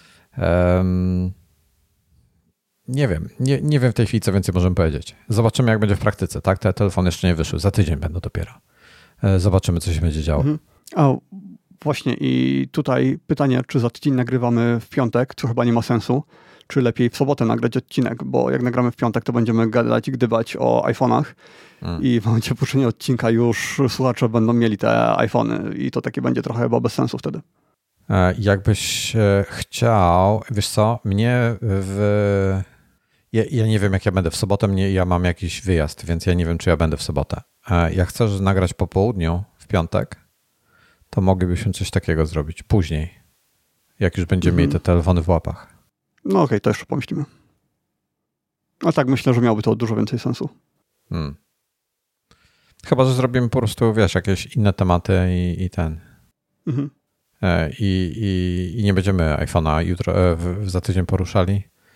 Nie wiem, nie, nie wiem w tej chwili, co więcej możemy powiedzieć. Zobaczymy, jak będzie w praktyce. Tak? Te telefony jeszcze nie wyszły, za tydzień będą dopiero. Zobaczymy, co się będzie działo. Mhm. A właśnie i tutaj pytanie, czy za tydzień nagrywamy w piątek, co chyba nie ma sensu, czy lepiej w sobotę nagrać odcinek, bo jak nagramy w piątek, to będziemy gadać i gdybać o iPhone'ach hmm. i w momencie puszczenia odcinka już słuchacze będą mieli te iPhony i to takie będzie trochę chyba bez sensu wtedy. Jakbyś chciał, wiesz co, mnie w... Ja, ja nie wiem, jak ja będę w sobotę, mnie, ja mam jakiś wyjazd, więc ja nie wiem, czy ja będę w sobotę. Jak chcesz nagrać po południu w piątek, to moglibyśmy coś takiego zrobić później, jak już będziemy mhm. mieli te telefony w łapach. No okej, okay, to jeszcze pomyślimy. A tak, myślę, że miałoby to dużo więcej sensu. Hmm. Chyba, że zrobimy po prostu, wiesz, jakieś inne tematy i, i ten. Mhm. I, i, I nie będziemy iPhone'a jutro, w, za tydzień poruszali.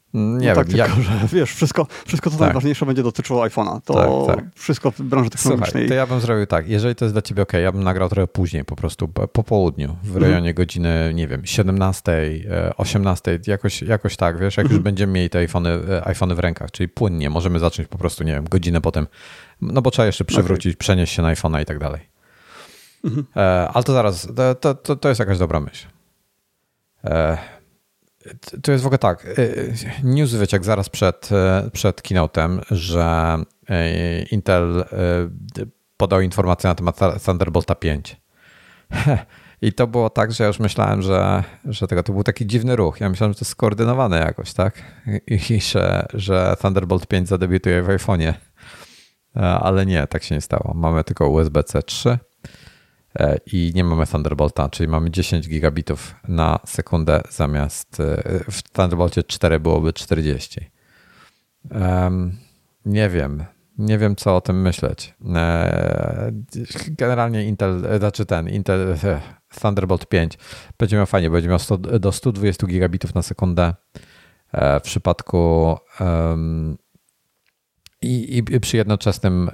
Nie no tak, wiem, tylko, jak... że wiesz, wszystko, wszystko co tak. najważniejsze będzie dotyczyło iPhone'a. To tak, tak. wszystko w branży technologicznej. Słuchaj, to ja bym zrobił tak, jeżeli to jest dla ciebie ok, ja bym nagrał trochę później, po prostu po, po południu, w rejonie mhm. godziny, nie wiem, siedemnastej, osiemnastej, jakoś, jakoś tak, wiesz, jak mhm. już będziemy mieli te iPhony, iPhony w rękach, czyli płynnie, możemy zacząć po prostu, nie wiem, godzinę potem, no bo trzeba jeszcze przywrócić, okay. przenieść się na iPhone'a i tak dalej. Mhm. E, ale to zaraz, to, to, to jest jakaś dobra myśl. E, To jest w ogóle tak, news wyciekł zaraz przed, przed keynote'em, że Intel podał informację na temat Thunderbolta pięć. I to było tak, że ja już myślałem, że, że tego, to był taki dziwny ruch. Ja myślałem, że to jest skoordynowane jakoś, tak? I, i że, że Thunderbolt pięć zadebiutuje w iPhone'ie. Ale nie, tak się nie stało. Mamy tylko U S B C trzy. I nie mamy Thunderbolta, czyli mamy dziesięć gigabitów na sekundę zamiast w Thunderbolcie cztery byłoby czterdzieści. Um, nie wiem, nie wiem co o tym myśleć. Generalnie Intel, znaczy ten Intel Thunderbolt pięć będzie miał fajnie, będzie miał sto, do sto dwadzieścia gigabitów na sekundę w przypadku um, i, i przy jednoczesnym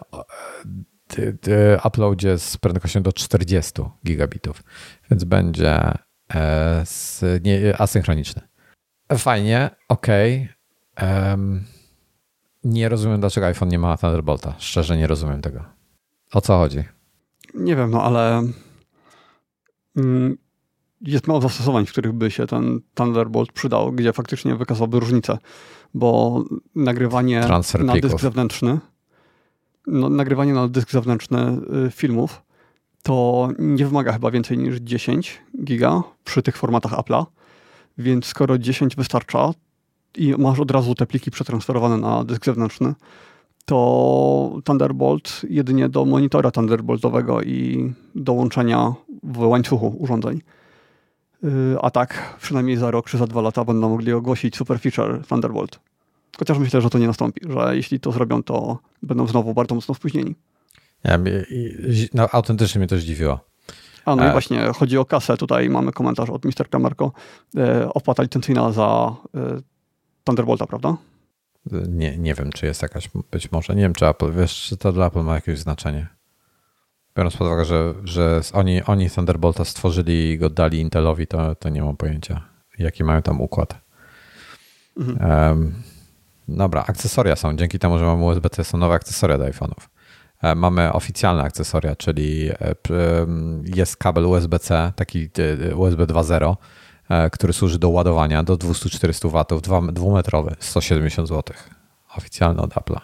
uploadzie z prędkością do czterdzieści gigabitów, więc będzie z, nie, asynchroniczny. Fajnie, okej. Okay. Um, nie rozumiem, dlaczego iPhone nie ma Thunderbolta. Szczerze nie rozumiem tego. O co chodzi? Nie wiem, no ale mm, jest mało zastosowań, w których by się ten Thunderbolt przydał, gdzie faktycznie wykazałby różnicę, bo nagrywanie Transfer na plików. dysk zewnętrzny No, nagrywanie na dysk zewnętrzny filmów to nie wymaga chyba więcej niż dziesięć giga przy tych formatach Apple'a, więc skoro dziesięć wystarcza i masz od razu te pliki przetransferowane na dysk zewnętrzny, to Thunderbolt jedynie do monitora Thunderboltowego i do łączenia w łańcuchu urządzeń. A tak przynajmniej za rok czy za dwa lata będą mogli ogłosić super feature Thunderbolt. Chociaż myślę, że to nie nastąpi, że jeśli to zrobią, to będą znowu bardzo mocno spóźnieni. Ja, no, autentycznie mnie to zdziwiło. A no e... i właśnie chodzi o kasę. Tutaj mamy komentarz od mister Kramerko. E, opłata licencyjna za e, Thunderbolta, prawda? Nie, nie wiem, czy jest jakaś, być może. Nie wiem, czy Apple, wiesz, czy to dla Apple ma jakieś znaczenie. Biorąc pod uwagę, że, że oni, oni Thunderbolta stworzyli i go dali Intelowi, to, to nie mam pojęcia, jaki mają tam układ. Mhm. Um, Dobra, akcesoria są. Dzięki temu, że mamy U S B C, są nowe akcesoria do iPhone'ów. Mamy oficjalne akcesoria, czyli jest kabel U S B C, taki U S B dwa zero, który służy do ładowania do dwieście czterdzieści watów, dwumetrowy, sto siedemdziesiąt złotych. Oficjalny od Apple'a.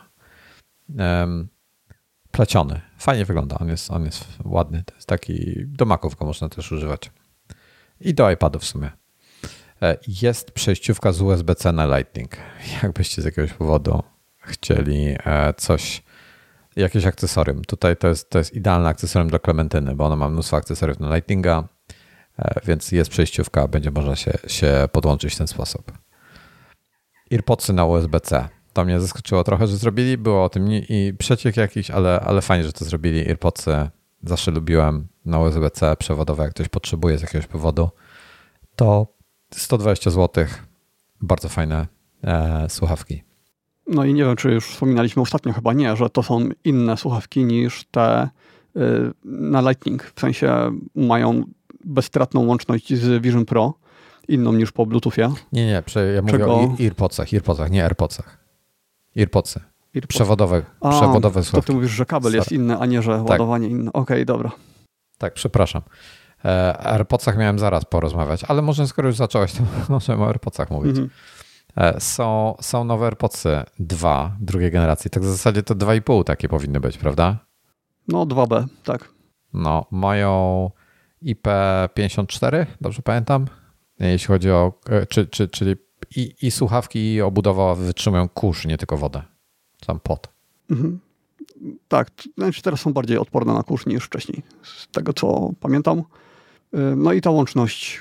Pleciony. Fajnie wygląda. On jest, on jest ładny. To jest taki, do Maców go można też używać. I do iPadów w sumie. Jest przejściówka z U S B C na Lightning. Jakbyście z jakiegoś powodu chcieli coś, jakieś akcesorium. Tutaj to jest, to jest idealne akcesorium do Klementyny, bo ona ma mnóstwo akcesoriów na Lightninga, więc jest przejściówka, będzie można się, się podłączyć w ten sposób. AirPodsy na U S B C. To mnie zaskoczyło trochę, że zrobili. Było o tym i przeciek jakiś, ale, ale fajnie, że to zrobili. AirPodsy zawsze lubiłem na U S B C przewodowe, jak ktoś potrzebuje z jakiegoś powodu. To sto dwadzieścia złotych. Bardzo fajne e, słuchawki. No i nie wiem, czy już wspominaliśmy ostatnio, chyba nie, że to są inne słuchawki niż te y, na Lightning. W sensie mają bezstratną łączność z Vision Pro, inną niż po Bluetoothie. Nie, nie, ja mówię Czego? o AirPodsach, AirPodsach, nie AirPodsach. AirPodsy. AirPods. Przewodowe, a, przewodowe słuchawki. To ty mówisz, że kabel jest inny, a nie, że tak. ładowanie inne. Okej, okay, dobra. Tak, przepraszam. O AirPodsach miałem zaraz porozmawiać, ale może skoro już zacząłeś, to możemy o AirPodsach mówić. Mm-hmm. Są, są nowe AirPodsy dwa drugiej generacji. Tak w zasadzie to dwa i pół takie powinny być, prawda? No dwa B, tak. No, mają I P pięćdziesiąt cztery, dobrze pamiętam? Jeśli chodzi o, czy, czy, czyli i, i słuchawki i obudowa wytrzymują kurz, nie tylko wodę. Sam pot. Mhm. Tak, znaczy teraz są bardziej odporne na kurz niż wcześniej, z tego co pamiętam. No i ta łączność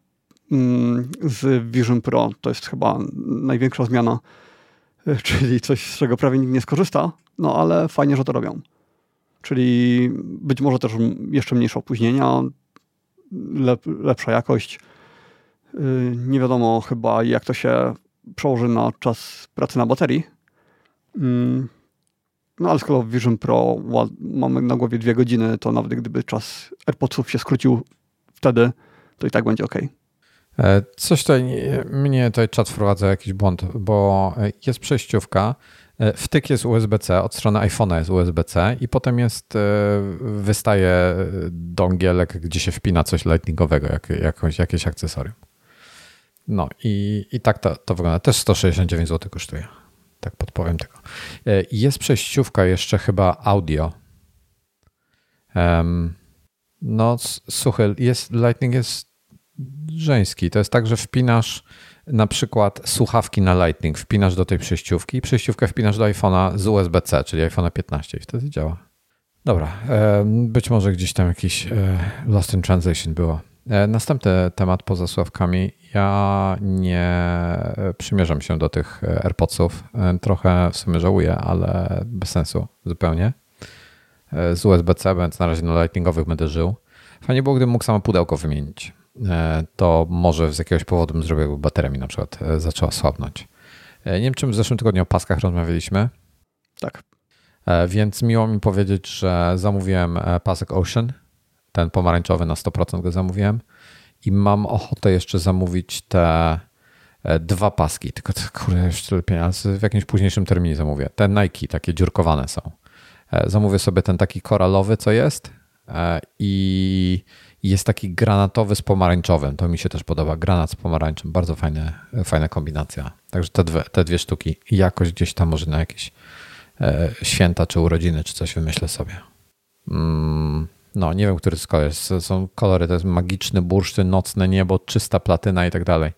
z Vision Pro to jest chyba największa zmiana, czyli coś, z czego prawie nikt nie skorzysta, no ale fajnie, że to robią. Czyli być może też jeszcze mniejsze opóźnienia, lep, lepsza jakość. Nie wiadomo chyba, jak to się przełoży na czas pracy na baterii. No ale z kolei Vision Pro mamy na głowie dwie godziny, to nawet gdyby czas AirPodsów się skrócił wtedy, to i tak będzie ok. Coś tutaj, mnie tutaj czat wprowadza jakiś błąd, bo jest przejściówka, wtyk jest U S B C, od strony iPhone'a jest U S B C i potem jest, wystaje dongielek, gdzie się wpina coś lightningowego, jak, jakąś, jakieś akcesorium. No i, i tak to, to wygląda. Też sto sześćdziesiąt dziewięć złotych kosztuje. Tak podpowiem tego. Jest przejściówka jeszcze chyba audio. Um, no słuchaj, jest, Lightning jest żeński. To jest tak, że wpinasz na przykład słuchawki na Lightning, wpinasz do tej przejściówki i przejściówkę wpinasz do iPhone'a z U S B C, czyli iPhone'a piętnaście i wtedy działa. Dobra, być może gdzieś tam jakiś Lost in Translation było. Następny temat poza słuchawkami. Ja nie przymierzam się do tych AirPodsów. Trochę w sumie żałuję, ale bez sensu zupełnie. Z U S B C, więc na razie na lightningowych będę żył. Fajnie było, gdybym mógł samo pudełko wymienić. To może z jakiegoś powodu bym zrobił, bo bateria mi na przykład zaczęła słabnąć. Nie wiem, czym w zeszłym tygodniu o paskach rozmawialiśmy. Tak. Więc miło mi powiedzieć, że zamówiłem pasek Ocean. Ten pomarańczowy na sto procent go zamówiłem. I mam ochotę jeszcze zamówić te dwa paski. Tylko kurde, jeszcze lepiej, ale w jakimś późniejszym terminie zamówię. Te Nike, takie dziurkowane są. Zamówię sobie ten taki koralowy, co jest. I jest taki granatowy z pomarańczowym. To mi się też podoba. Granat z pomarańczem. Bardzo fajne, fajna kombinacja. Także te dwie, te dwie sztuki. I jakoś gdzieś tam może na jakieś święta, czy urodziny, czy coś wymyślę sobie. Mm, no, nie wiem, który z kolor. Są kolory, to jest magiczny bursztyn, nocne niebo, czysta platyna i tak dalej.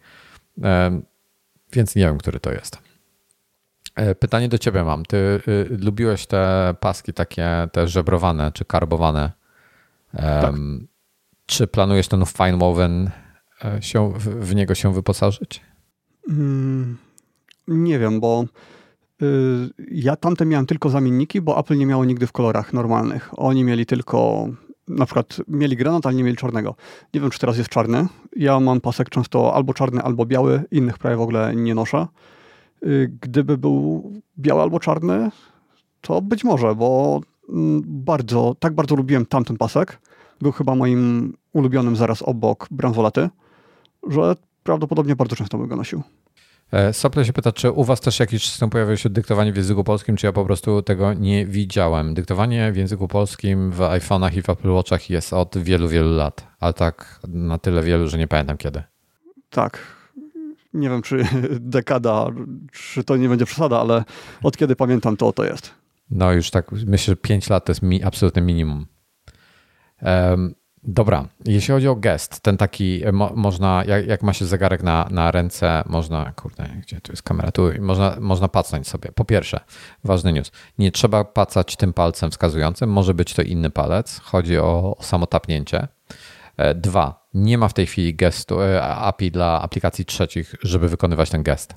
Więc nie wiem, który to jest. Pytanie do ciebie mam. Ty y, lubiłeś te paski takie te żebrowane, czy karbowane? Tak. Um, czy planujesz ten fine woven się, w, w niego się wyposażyć? Mm, nie wiem, bo y, ja tamte miałem tylko zamienniki, bo Apple nie miało nigdy w kolorach normalnych. Oni mieli tylko, na przykład mieli granat, ale nie mieli czarnego. Nie wiem, czy teraz jest czarny. Ja mam pasek często albo czarny, albo biały. Innych prawie w ogóle nie noszę. Y, gdyby był biały albo czarny, to być może, bo mm, bardzo, tak bardzo lubiłem tamten pasek. Był chyba moim ulubionym zaraz obok bransolety, że prawdopodobnie bardzo często bym go nosił. Sople się pyta, czy u was też jakiś system pojawił się dyktowanie w języku polskim, czy ja po prostu tego nie widziałem. Dyktowanie w języku polskim w iPhone'ach i w Apple Watchach jest od wielu, wielu lat, ale tak na tyle wielu, że nie pamiętam kiedy. Tak. Nie wiem, czy dekada, czy to nie będzie przesada, ale od kiedy pamiętam, to to jest. No już tak, myślę, że pięć lat to jest mi, absolutne minimum. Um, dobra, jeśli chodzi o gest, ten taki, mo, można, jak, jak ma się zegarek na, na ręce, można, kurde, gdzie tu jest kamera, tu można, można pacnąć sobie. Po pierwsze, ważny news, nie trzeba pacać tym palcem wskazującym, może być to inny palec, chodzi o, o samo tapnięcie. Dwa, nie ma w tej chwili gestu, A P I dla aplikacji trzecich, żeby wykonywać ten gest,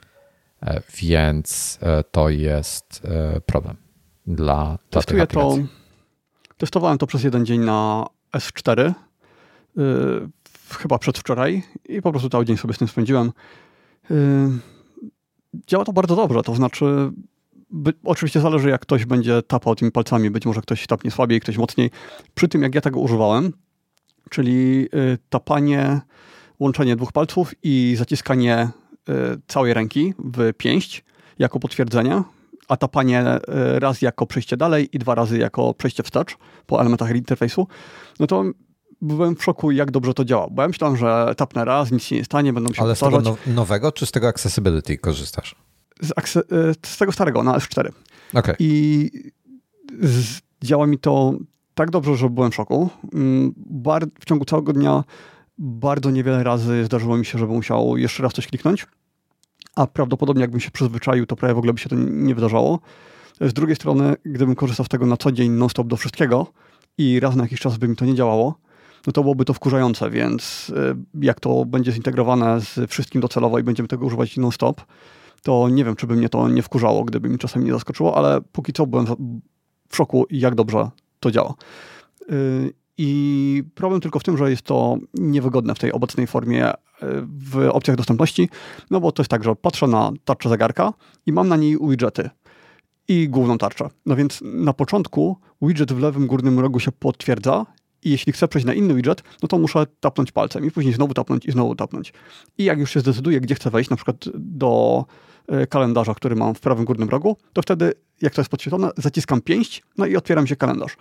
więc to jest problem dla, dla tych aplikacji. To, testowałem to przez jeden dzień na S cztery, yy, chyba przedwczoraj i po prostu cały dzień sobie z tym spędziłem. Yy, działa to bardzo dobrze, to znaczy by, oczywiście zależy jak ktoś będzie tapał tymi palcami, być może ktoś tapnie słabiej, ktoś mocniej. Przy tym jak ja tego używałem, czyli yy, tapanie, łączenie dwóch palców i zaciskanie yy, całej ręki w pięść jako potwierdzenie, a tapanie raz jako przejście dalej i dwa razy jako przejście wstecz po elementach interfejsu, no to byłem w szoku, jak dobrze to działa. Bo ja myślałem, że tapnę raz, nic się nie stanie, będą się Ale powtarzać. z tego now- nowego, czy z tego accessibility korzystasz? Z, akse- z tego starego, na S cztery. Okay. I z, działa mi to tak dobrze, że byłem w szoku. Bar- w ciągu całego dnia bardzo niewiele razy zdarzyło mi się, żebym musiał jeszcze raz coś kliknąć. A prawdopodobnie jakbym się przyzwyczaił, to prawie w ogóle by się to nie wydarzało. Z drugiej strony, gdybym korzystał z tego na co dzień non-stop do wszystkiego i raz na jakiś czas by mi to nie działało, no to byłoby to wkurzające, więc jak to będzie zintegrowane z wszystkim docelowo i będziemy tego używać non-stop, to nie wiem, czy by mnie to nie wkurzało, gdyby mi czasem nie zaskoczyło, ale póki co byłem w szoku, jak dobrze to działa. I problem tylko w tym, że jest to niewygodne w tej obecnej formie w opcjach dostępności, no bo to jest tak, że patrzę na tarczę zegarka i mam na niej widgety i główną tarczę. No więc na początku widget w lewym górnym rogu się potwierdza i jeśli chcę przejść na inny widget, no to muszę tapnąć palcem i później znowu tapnąć i znowu tapnąć. I jak już się zdecyduję, gdzie chcę wejść, na przykład do kalendarza, który mam w prawym górnym rogu, to wtedy, jak to jest podświetlone, zaciskam pięść, no i otwieram się kalendarz.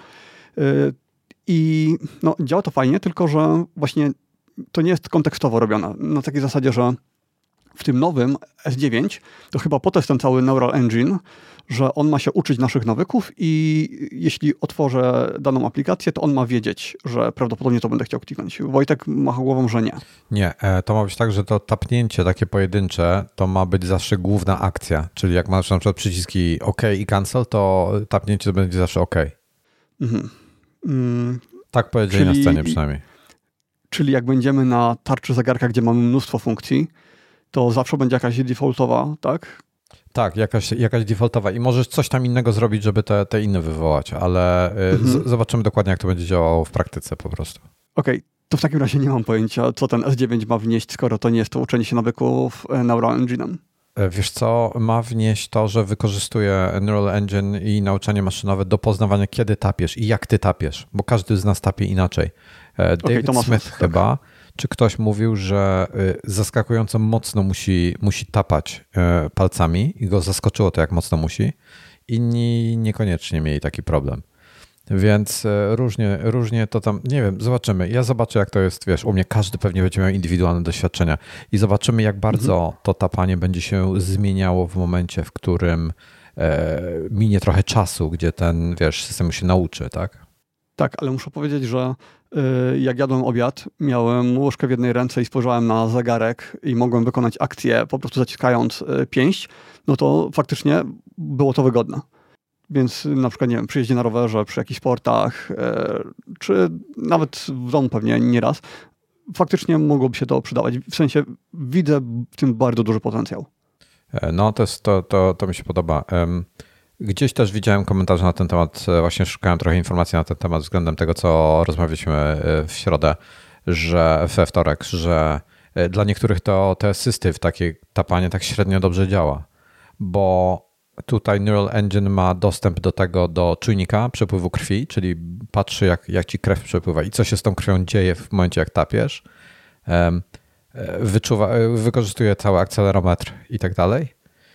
I no, działa to fajnie, tylko że właśnie to nie jest kontekstowo robione. Na takiej zasadzie, że w tym nowym S dziewięć to chyba po to jest ten cały Neural Engine, że on ma się uczyć naszych nawyków i jeśli otworzę daną aplikację, to on ma wiedzieć, że prawdopodobnie to będę chciał kliknąć. Wojtek macha głową, że nie. Nie, to ma być tak, że to tapnięcie takie pojedyncze, to ma być zawsze główna akcja. Czyli jak masz na przykład przyciski OK i cancel, to tapnięcie to będzie zawsze OK. Mhm. Mm, tak powiedzieli czyli, na scenie przynajmniej. Czyli jak będziemy na tarczy zegarka, gdzie mamy mnóstwo funkcji, to zawsze będzie jakaś defaultowa, tak? Tak, jakaś, jakaś defaultowa i możesz coś tam innego zrobić, żeby te, te inne wywołać, ale mhm. z, zobaczymy dokładnie, jak to będzie działało w praktyce po prostu. Okej, okay, to w takim razie nie mam pojęcia, co ten S dziewięć ma wnieść, skoro to nie jest to uczenie się nawyków Neural Engine'em. Wiesz co, ma wnieść to, że wykorzystuje Neural Engine i nauczanie maszynowe do poznawania, kiedy tapiesz i jak ty tapiesz, bo każdy z nas tapie inaczej. David okay, Smith sens, chyba, tak. Czy ktoś mówił, że zaskakująco mocno musi, musi tapać palcami i go zaskoczyło to, jak mocno musi. Inni niekoniecznie mieli taki problem. Więc różnie, różnie to tam, nie wiem, zobaczymy. Ja zobaczę, jak to jest, wiesz, u mnie każdy pewnie będzie miał indywidualne doświadczenia i zobaczymy, jak bardzo mhm. to tapanie będzie się zmieniało w momencie, w którym e, minie trochę czasu, gdzie ten, wiesz, system się nauczy, tak? Tak, ale muszę powiedzieć, że y, jak jadłem obiad, miałem łyżkę w jednej ręce i spojrzałem na zegarek i mogłem wykonać akcję po prostu zaciskając y, pięść, no to faktycznie było to wygodne. Więc na przykład, nie wiem, przy jeździe na rowerze, przy jakichś sportach, e, czy nawet w domu pewnie nieraz, faktycznie mogłoby się to przydawać. W sensie widzę w tym bardzo duży potencjał. No to, jest, to, to, to mi się podoba. Gdzieś też widziałem komentarze na ten temat, właśnie szukałem trochę informacji na ten temat względem tego, co rozmawialiśmy w środę, że we wtorek, że dla niektórych to te asysty w takie tapanie tak średnio dobrze działa, bo tutaj Neural Engine ma dostęp do tego, do czujnika przepływu krwi, czyli patrzy, jak, jak ci krew przepływa i co się z tą krwią dzieje w momencie, jak tapiesz. Wyczuwa, wykorzystuje cały akcelerometr i tak dalej.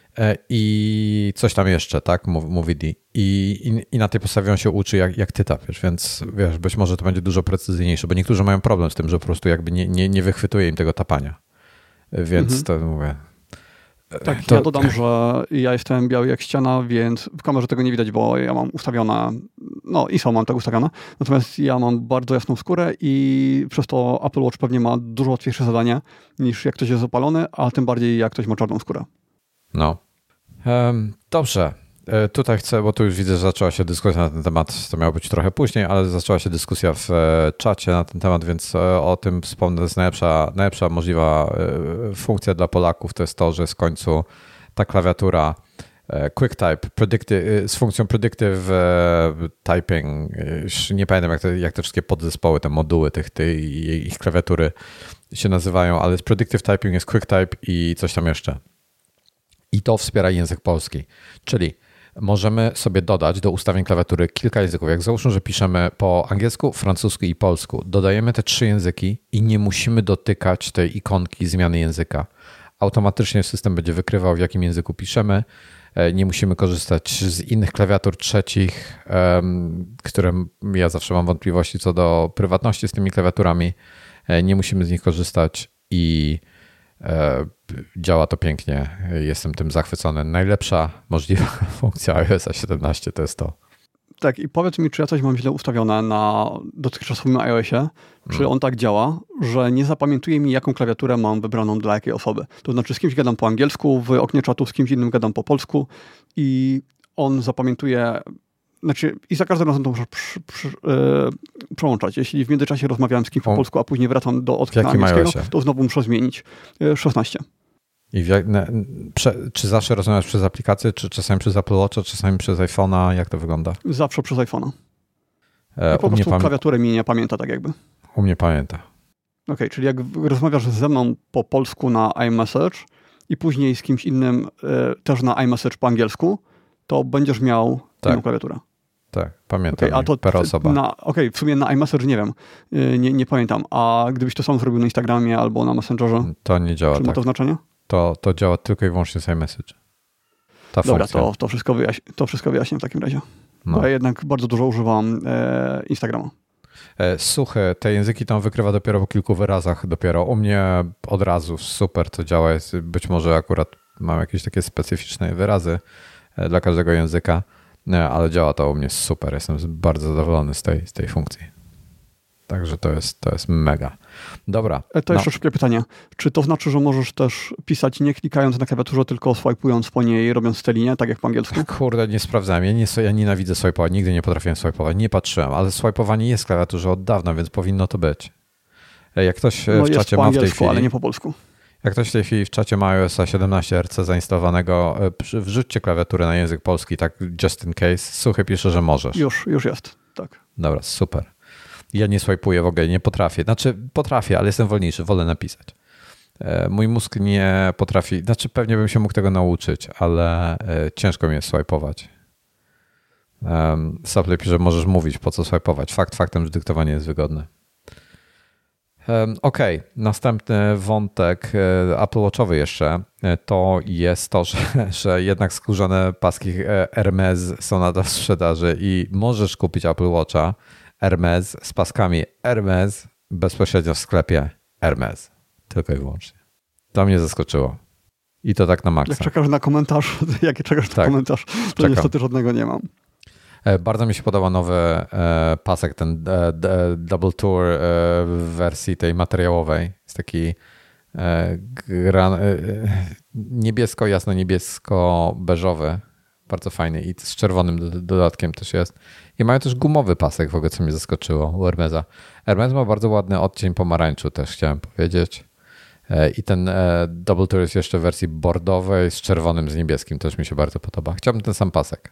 I coś tam jeszcze, tak, mówi Dee. I, i, I na tej podstawie on się uczy, jak, jak ty tapiesz, więc wiesz, być może to będzie dużo precyzyjniejsze, bo niektórzy mają problem z tym, że po prostu jakby nie, nie, nie wychwytuje im tego tapania. Więc mhm. to mówię... Tak, to... ja dodam, że ja jestem biały jak ściana, więc w kamerze tego nie widać, bo ja mam ustawione, no I S O mam tak ustawione, natomiast ja mam bardzo jasną skórę i przez to Apple Watch pewnie ma dużo łatwiejsze zadanie niż jak ktoś jest opalony, a tym bardziej jak ktoś ma czarną skórę. No. Um, dobrze. Tutaj chcę, bo tu już widzę, że zaczęła się dyskusja na ten temat, to miało być trochę później, ale zaczęła się dyskusja w czacie na ten temat, więc o tym wspomnę. To jest najlepsza, najlepsza możliwa funkcja dla Polaków, to jest to, że jest w końcu ta klawiatura QuickType predictive, z funkcją Predictive Typing. Już nie pamiętam, jak te, jak te wszystkie podzespoły, te moduły tych, tej, ich klawiatury się nazywają, ale z Predictive Typing jest QuickType i coś tam jeszcze. I to wspiera język polski, czyli możemy sobie dodać do ustawień klawiatury kilka języków. Jak załóżmy, że piszemy po angielsku, francusku i polsku. Dodajemy te trzy języki i nie musimy dotykać tej ikonki zmiany języka. Automatycznie system będzie wykrywał, w jakim języku piszemy. Nie musimy korzystać z innych klawiatur trzecich, które ja zawsze mam wątpliwości co do prywatności z tymi klawiaturami. Nie musimy z nich korzystać i działa to pięknie. Jestem tym zachwycony. Najlepsza możliwa funkcja iOS siedemnaście to jest to. Tak, i powiedz mi, czy ja coś mam źle ustawione na dotychczasowym iOSie, czy hmm. on tak działa, że nie zapamiętuje mi, jaką klawiaturę mam wybraną dla jakiej osoby. To znaczy z kimś gadam po angielsku, w oknie czatu z kimś innym gadam po polsku i on zapamiętuje, znaczy i za każdym razem to muszę przy, przy, yy, przełączać. Jeśli w międzyczasie rozmawiałem z kimś po o. polsku, a później wracam do okna angielskiego, iOSie? To znowu muszę zmienić. Yy, szesnaście. I jak, ne, prze, czy zawsze rozmawiasz przez aplikację, czy czasami przez Apple Watcha, czasami przez iPhone'a? Jak to wygląda? Zawsze przez iPhone'a. I po prostu pamię- klawiaturę mi nie pamięta tak jakby. U mnie pamięta. Okej, okay, czyli jak rozmawiasz ze mną po polsku na iMessage i później z kimś innym y, też na iMessage po angielsku, to będziesz miał tak. inną klawiaturę. Tak, pamiętam. Okay, a to per osoba. Okej, okay, w sumie na iMessage nie wiem, y, nie, nie pamiętam. A gdybyś to sam zrobił na Instagramie albo na Messengerze? To nie działa czy tak. ma to znaczenie? To, to działa tylko i wyłącznie z iMessage. Ta Dobra, funkcja. to, to, wszystko wyjaś- to wszystko wyjaśnię w takim razie. No. Bo ja jednak bardzo dużo używam e, Instagrama. Suchy, te języki tam wykrywa dopiero po kilku wyrazach dopiero. U mnie od razu super to działa. Jest, być może akurat mam jakieś takie specyficzne wyrazy dla każdego języka, ale działa to u mnie super. Jestem bardzo zadowolony z tej, z tej funkcji. Także to jest, to jest mega. Dobra. To jeszcze no. szybkie pytanie. Czy to znaczy, że możesz też pisać nie klikając na klawiaturze, tylko swajpując po niej, robiąc te linie, tak jak po angielsku? Kurde, nie sprawdzałem. Ja, nie, ja nienawidzę swajpować. Nigdy nie potrafiłem swajpować. Nie patrzyłem, ale swajpowanie jest w klawiaturze od dawna, więc powinno to być. Jak ktoś no w jest czacie po ma w tej chwili, chwili... ale nie po polsku. Jak ktoś w tej chwili w czacie ma iOS siedemnaście R C zainstalowanego, wrzućcie klawiaturę na język polski, tak just in case. Suchy pisze, że możesz. Już, już jest, tak. Dobra, super. Ja nie swajpuję w ogóle, nie potrafię. Znaczy potrafię, ale jestem wolniejszy, wolę napisać. Mój mózg nie potrafi, znaczy pewnie bym się mógł tego nauczyć, ale ciężko mi jest swajpować. Um, Sapley pisze, że możesz mówić, po co swajpować. Fakt faktem, że dyktowanie jest wygodne. Um, Okej, okay. Następny wątek Apple Watchowy jeszcze, to jest to, że, że jednak skórzane paski Hermes są nadal w sprzedaży i możesz kupić Apple Watcha Hermes z paskami Hermes bezpośrednio w sklepie Hermes. Tylko i wyłącznie. To mnie zaskoczyło. I to tak na maksa. Jak czekasz na komentarz, jak czekasz na tak, komentarz, to czekam. niestety żadnego nie mam. Bardzo mi się podoba nowy pasek, ten Double Tour w wersji tej materiałowej. Jest taki gran... niebiesko, jasno niebiesko-beżowy. Bardzo fajny i z czerwonym dodatkiem też jest. I mają też gumowy pasek, w ogóle co mnie zaskoczyło u Hermesa. Hermes ma bardzo ładny odcień pomarańczu też chciałem powiedzieć. I ten Double Tour jest jeszcze w wersji bordowej z czerwonym, z niebieskim. Też mi się bardzo podoba. Chciałbym ten sam pasek.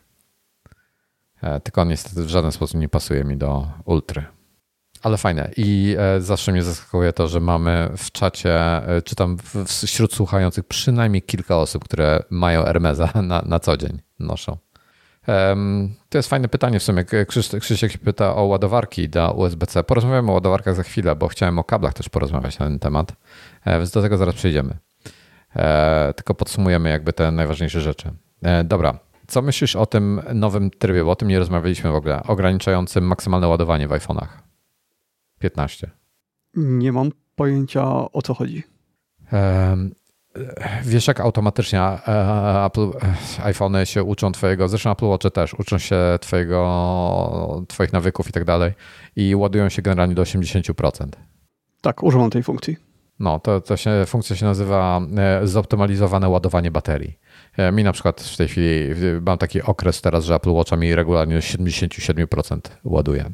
Tylko on niestety w żaden sposób nie pasuje mi do Ultry. Ale fajne. I zawsze mnie zaskakuje to, że mamy w czacie, czy tam wśród słuchających przynajmniej kilka osób, które mają Hermesa na, na co dzień noszą. Um, to jest fajne pytanie w sumie. Krzyś, Krzysiek pyta o ładowarki do U S B C. Porozmawiamy o ładowarkach za chwilę, bo chciałem o kablach też porozmawiać na ten temat, więc do tego zaraz przejdziemy. E, tylko podsumujemy jakby te najważniejsze rzeczy. E, dobra. Co myślisz o tym nowym trybie, bo o tym nie rozmawialiśmy w ogóle, ograniczającym maksymalne ładowanie w iPhone'ach piętnaście? Nie mam pojęcia, o co chodzi. Um, wiesz, jak automatycznie Apple, iPhony się uczą twojego, zresztą Apple Watch też, uczą się twojego, twoich nawyków i tak dalej i ładują się generalnie do osiemdziesiąt procent. Tak, używam tej funkcji. No, to, to się, funkcja się nazywa zoptymalizowane ładowanie baterii. Mi na przykład w tej chwili mam taki okres teraz, że Apple Watcha mi regularnie do siedemdziesiąt siedem procent ładuje.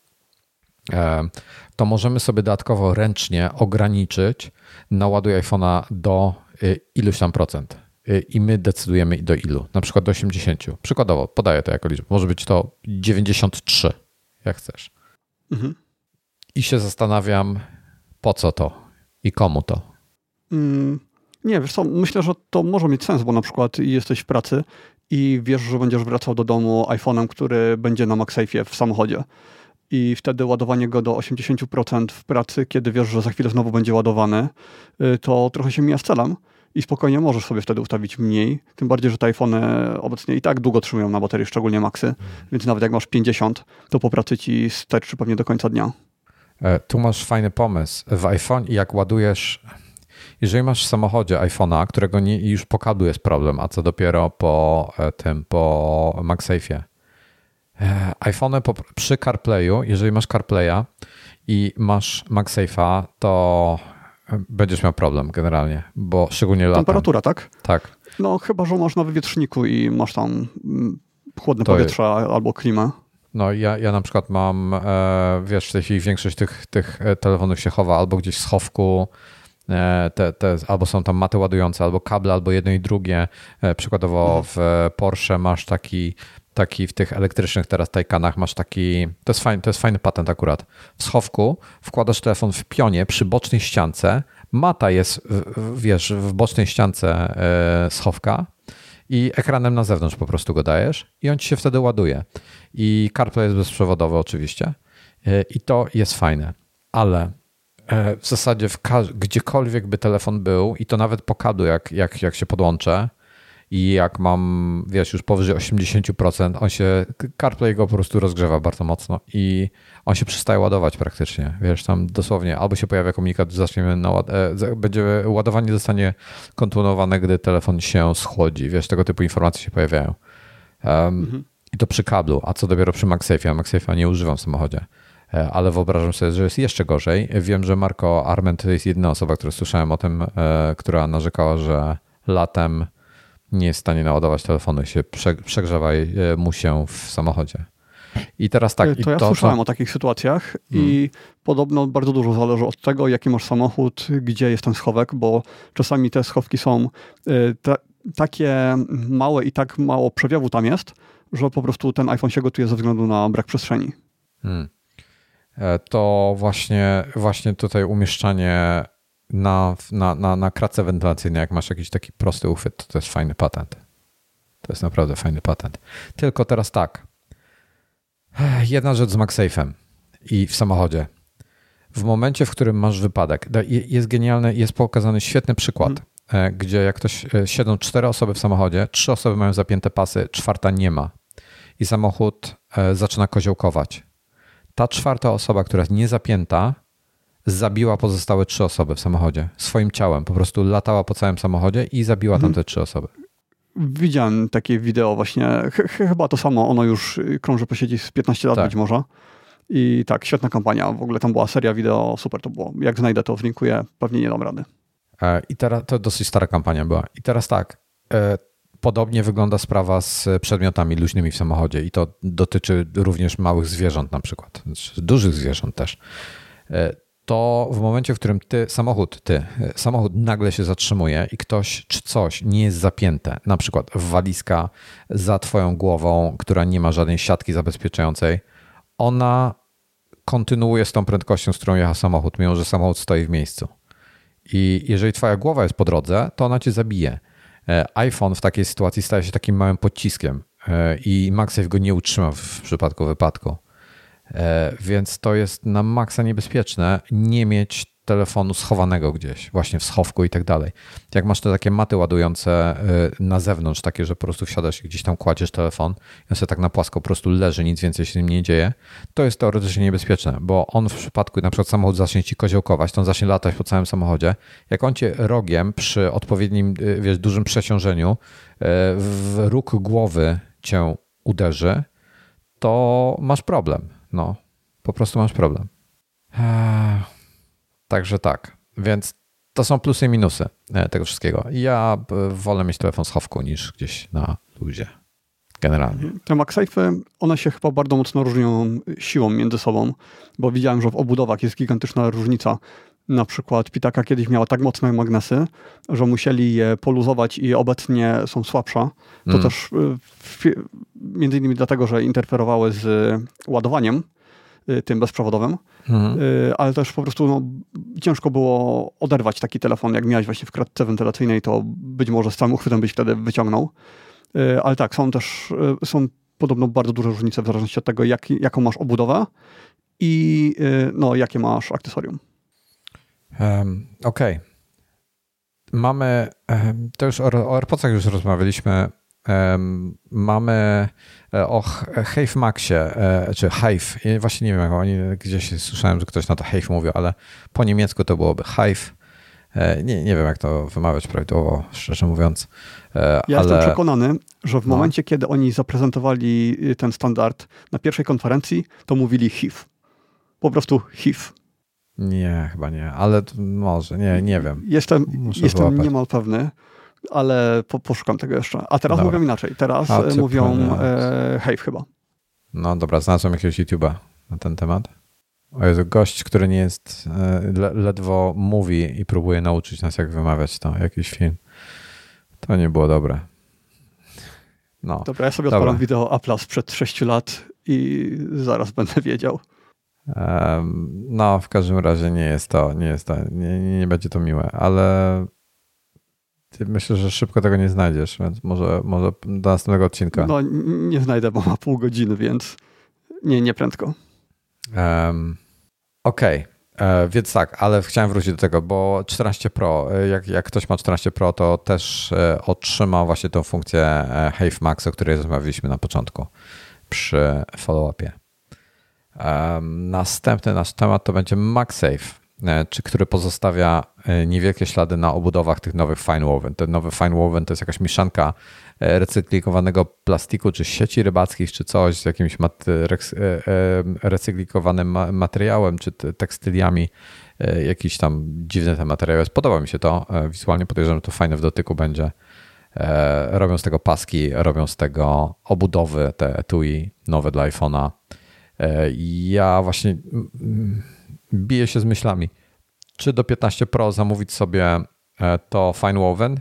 To możemy sobie dodatkowo ręcznie ograniczyć naładuj iPhone'a do iluś tam procent. I my decydujemy do ilu. Na przykład do osiemdziesięciu. Przykładowo, podaję to jako liczbę. Może być to dziewięćdziesiąt trzy, jak chcesz. Mhm. I się zastanawiam, po co to i komu to. Mm. Nie, wiesz co, myślę, że to może mieć sens, bo na przykład jesteś w pracy i wiesz, że będziesz wracał do domu iPhone'em, który będzie na MagSafe'ie w samochodzie. I wtedy ładowanie go do osiemdziesiąt procent w pracy, kiedy wiesz, że za chwilę znowu będzie ładowany, to trochę się mija z celem i spokojnie możesz sobie wtedy ustawić mniej. Tym bardziej, że te iPhony obecnie i tak długo trzymują na baterii, szczególnie Maxy, więc nawet jak masz pięćdziesiąt, to po pracy ci starczy pewnie do końca dnia. Tu masz fajny pomysł. W iPhone, jak ładujesz... Jeżeli masz w samochodzie iPhone'a, którego nie, już po kablu jest problem, a co dopiero po tym, po MagSafe'ie. iPhony po, przy CarPlayu, jeżeli masz CarPlaya i masz MagSafe'a, to będziesz miał problem generalnie, bo szczególnie latem. Temperatura, tak? Tak. No chyba, że masz na wywietrzniku i masz tam chłodne to powietrze jest... albo klimę. No ja, ja na przykład mam, wiesz, w tej chwili większość tych, tych telefonów się chowa albo gdzieś w schowku, Te, te, albo są tam maty ładujące, albo kable, albo jedno i drugie. Przykładowo w Porsche masz taki taki w tych elektrycznych teraz Taycanach masz taki, to jest fajny, to jest fajny patent akurat. W schowku wkładasz telefon w pionie przy bocznej ściance, mata jest, wiesz, w bocznej ściance schowka i ekranem na zewnątrz po prostu go dajesz i on ci się wtedy ładuje. I CarPlay jest bezprzewodowy oczywiście i to jest fajne, ale w zasadzie w ka- gdziekolwiek by telefon był i to nawet po kablu jak, jak, jak się podłączę i jak mam, wiesz, już powyżej osiemdziesiąt procent, on się, CarPlay go po prostu rozgrzewa bardzo mocno i on się przestaje ładować praktycznie. Wiesz, tam dosłownie albo się pojawia komunikat, zaczniemy na ład- e, będzie, ładowanie zostanie kontynuowane, gdy telefon się schłodzi. Wiesz, tego typu informacje się pojawiają. Um, mhm. I to przy kablu, a co dopiero przy MagSafe'ie. A MagSafe'a nie używam w samochodzie, ale wyobrażam sobie, że jest jeszcze gorzej. Wiem, że Marco Arment to jest jedna osoba, która słyszałem o tym, która narzekała, że latem nie jest w stanie naładować telefonu i się przegrzewa mu się w samochodzie. I teraz tak. To i ja to, słyszałem to... o takich sytuacjach hmm. i podobno bardzo dużo zależy od tego, jaki masz samochód, gdzie jest ten schowek, bo czasami te schowki są te, takie małe i tak mało przewiewu tam jest, że po prostu ten iPhone się gotuje ze względu na brak przestrzeni. Hmm. To właśnie, właśnie tutaj umieszczanie na, na, na, na kratce wentylacyjnej, jak masz jakiś taki prosty uchwyt, to, to jest fajny patent. To jest naprawdę fajny patent. Tylko teraz tak. Jedna rzecz z MagSafe'em i w samochodzie. W momencie, w którym masz wypadek, jest genialny, jest pokazany świetny przykład, hmm. gdzie jak ktoś, siedzą cztery osoby w samochodzie, trzy osoby mają zapięte pasy, czwarta nie ma i samochód zaczyna koziołkować. Ta czwarta osoba, która jest niezapięta, zabiła pozostałe trzy osoby w samochodzie. Swoim ciałem. Po prostu latała po całym samochodzie i zabiła mhm. tam te trzy osoby. Widziałem takie wideo właśnie. Ch- chyba to samo. Ono już krąży po sieci z piętnaście lat tak. być może. I tak, świetna kampania. W ogóle tam była seria wideo. Super to było. Jak znajdę, to wlinkuję. Pewnie nie dam rady. I teraz to dosyć stara kampania była. I teraz tak. Podobnie wygląda sprawa z przedmiotami luźnymi w samochodzie i to dotyczy również małych zwierząt na przykład, dużych zwierząt też. To w momencie, w którym ty, samochód, ty, samochód nagle się zatrzymuje i ktoś czy coś nie jest zapięte, na przykład walizka za twoją głową, która nie ma żadnej siatki zabezpieczającej, ona kontynuuje z tą prędkością, z którą jechał samochód, mimo że samochód stoi w miejscu. I jeżeli twoja głowa jest po drodze, to ona cię zabije. iPhone w takiej sytuacji staje się takim małym pociskiem i MagSafe go nie utrzyma w przypadku wypadku. Więc to jest na maksa niebezpieczne nie mieć telefonu schowanego gdzieś, właśnie w schowku i tak dalej. Jak masz te takie maty ładujące na zewnątrz, takie, że po prostu wsiadasz i gdzieś tam kładziesz telefon i on sobie tak na płasko po prostu leży, nic więcej się z nim nie dzieje, to jest teoretycznie niebezpieczne, bo on w przypadku, na przykład samochód zacznie ci koziołkować, to on zacznie latać po całym samochodzie. Jak on cię rogiem przy odpowiednim, wiesz, dużym przeciążeniu w róg głowy cię uderzy, to masz problem. No, po prostu masz problem. Także tak, więc to są plusy i minusy tego wszystkiego. Ja wolę mieć telefon w schowku niż gdzieś na luzie, generalnie. Te MagSafe'y, one się chyba bardzo mocno różnią siłą między sobą, bo widziałem, że w obudowach jest gigantyczna różnica. Na przykład Pitaka kiedyś miała tak mocne magnesy, że musieli je poluzować i obecnie są słabsze. To mm. też w, między innymi dlatego, że interferowały z ładowaniem tym bezprzewodowym, mm. ale też po prostu no, ciężko było oderwać taki telefon, jak miałeś właśnie w kratce wentylacyjnej, to być może z całym uchwytem byś wtedy wyciągnął. Ale tak, są też są podobno bardzo duże różnice w zależności od tego, jak, jaką masz obudowę i no, jakie masz akcesorium. Um, Okej. Okay. Mamy, um, to już o, o AirPodsach już rozmawialiśmy. Um, mamy o Hive Maxie, czy Hive. Ja właśnie nie wiem, jak oni, gdzieś słyszałem, że ktoś na to Hive mówił, ale po niemiecku to byłoby Hive. Nie, nie wiem, jak to wymawiać prawidłowo, szczerze mówiąc. Ja ale... jestem przekonany, że w no. momencie, kiedy oni zaprezentowali ten standard na pierwszej konferencji, to mówili Hive. Po prostu Hive. Nie, chyba nie, ale może, nie, nie wiem. Jestem, jestem niemal pewny, ale po, poszukam tego jeszcze. A teraz dobra. Mówią inaczej. Teraz A, mówią e, Hive chyba. No dobra, znalazłem jakiegoś YouTube'a na ten temat. O Jezu, gość, który nie jest, le, ledwo mówi i próbuje nauczyć nas, jak wymawiać to, jakiś film. To nie było dobre. No. Dobra, ja sobie odpalam wideo Apple'a sprzed sześciu lat i zaraz będę wiedział. Um, no, w każdym razie nie jest to, nie jest to, nie, nie będzie to miłe, ale myślę, że szybko tego nie znajdziesz, więc może, może do następnego odcinka. No, nie znajdę, bo ma pół godziny, więc nie, nie prędko. Um, Okej. Okay. Więc tak, ale chciałem wrócić do tego, bo czternaście Pro, jak, jak ktoś ma czternaście Pro, to też otrzyma właśnie tą funkcję Have Max, o której rozmawialiśmy na początku przy follow-upie. Um, następny nasz temat to będzie MagSafe, czy który pozostawia niewielkie ślady na obudowach tych nowych Finewoven. Ten nowy Finewoven to jest jakaś mieszanka recyklingowanego plastiku, czy sieci rybackich, czy coś z jakimś mat- recyklingowanym materiałem, czy tekstyliami. Jakiś tam dziwny ten materiał jest. Podoba mi się to. Wizualnie podejrzewam, że to fajne w dotyku będzie. Robią z tego paski, robią z tego obudowy, te etui nowe dla iPhone'a. Ja właśnie biję się z myślami, czy do piętnaście Pro zamówić sobie to Finewoven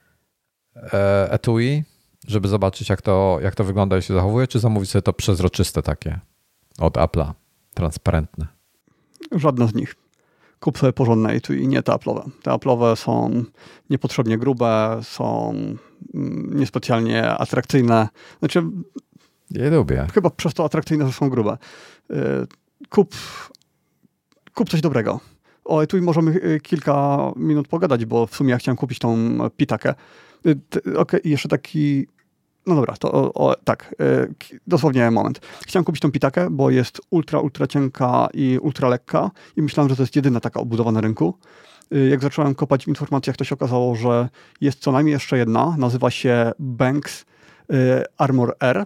etui, żeby zobaczyć jak to, jak to wygląda i się zachowuje, czy zamówić sobie to przezroczyste takie od Apple'a, transparentne? Żadne z nich. Kup sobie porządne etui, nie te Apple'owe. Te Apple'owe są niepotrzebnie grube, są niespecjalnie atrakcyjne. Znaczy, ja lubię. Chyba przez to atrakcyjne, że są grube. Kup, kup coś dobrego. O etui możemy kilka minut pogadać, bo w sumie ja chciałem kupić tą pitakę. Okej, okay, jeszcze taki... No dobra, to o, o, tak, dosłownie moment. Chciałem kupić tą pitakę, bo jest ultra, ultra cienka i ultra lekka i myślałem, że to jest jedyna taka obudowa na rynku. Jak zacząłem kopać w informacjach, to się okazało, że jest co najmniej jeszcze jedna. Nazywa się Banks Armor R.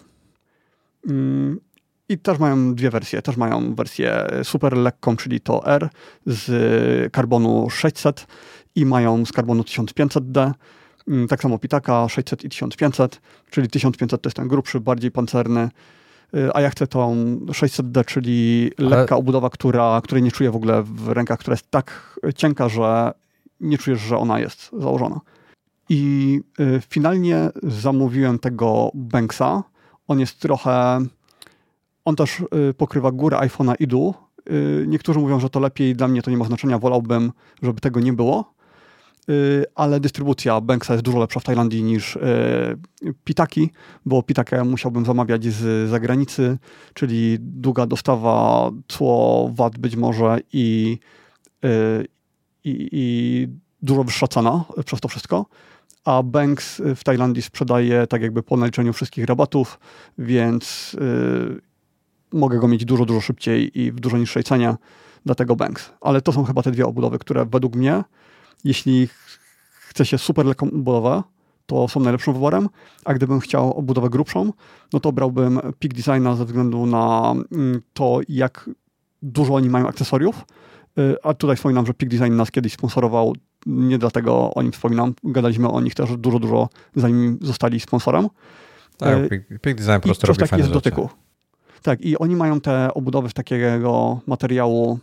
I też mają dwie wersje. Też mają wersję super lekką, czyli to R z karbonu sześćset i mają z karbonu tysiąc pięćset D. Tak samo pitaka sześćset i tysiąc pięćset, czyli tysiąc pięćset to jest ten grubszy, bardziej pancerny, a ja chcę tą sześćset D, czyli lekka Ale... obudowa, która, której nie czuję w ogóle w rękach, która jest tak cienka, że nie czujesz, że ona jest założona. I y, finalnie zamówiłem tego Banksa. On jest trochę... On też y, pokrywa górę iPhone'a i dół. Y, niektórzy mówią, że to lepiej, dla mnie to nie ma znaczenia, wolałbym, żeby tego nie było. Ale dystrybucja Banksa jest dużo lepsza w Tajlandii niż pitaki, bo pitakę musiałbym zamawiać z zagranicy, czyli długa dostawa, cło, V A T być może i, i, i dużo wyższa cena przez to wszystko. A Banks w Tajlandii sprzedaje tak jakby po naliczeniu wszystkich rabatów, więc mogę go mieć dużo, dużo szybciej i w dużo niższej cenie, dlatego Banks. Ale to są chyba te dwie obudowy, które według mnie, jeśli chce się super lekką obudowę, to są najlepszym wyborem, a gdybym chciał obudowę grubszą, no to brałbym Peak Designa ze względu na to, jak dużo oni mają akcesoriów. A tutaj wspominam, że Peak Design nas kiedyś sponsorował, nie dlatego o nim wspominam, gadaliśmy o nich też dużo, dużo zanim zostali sponsorem. Tak, Peak Design po prostu robi fajne jest w dotyku. Tak, i oni mają te obudowy w takiego materiału.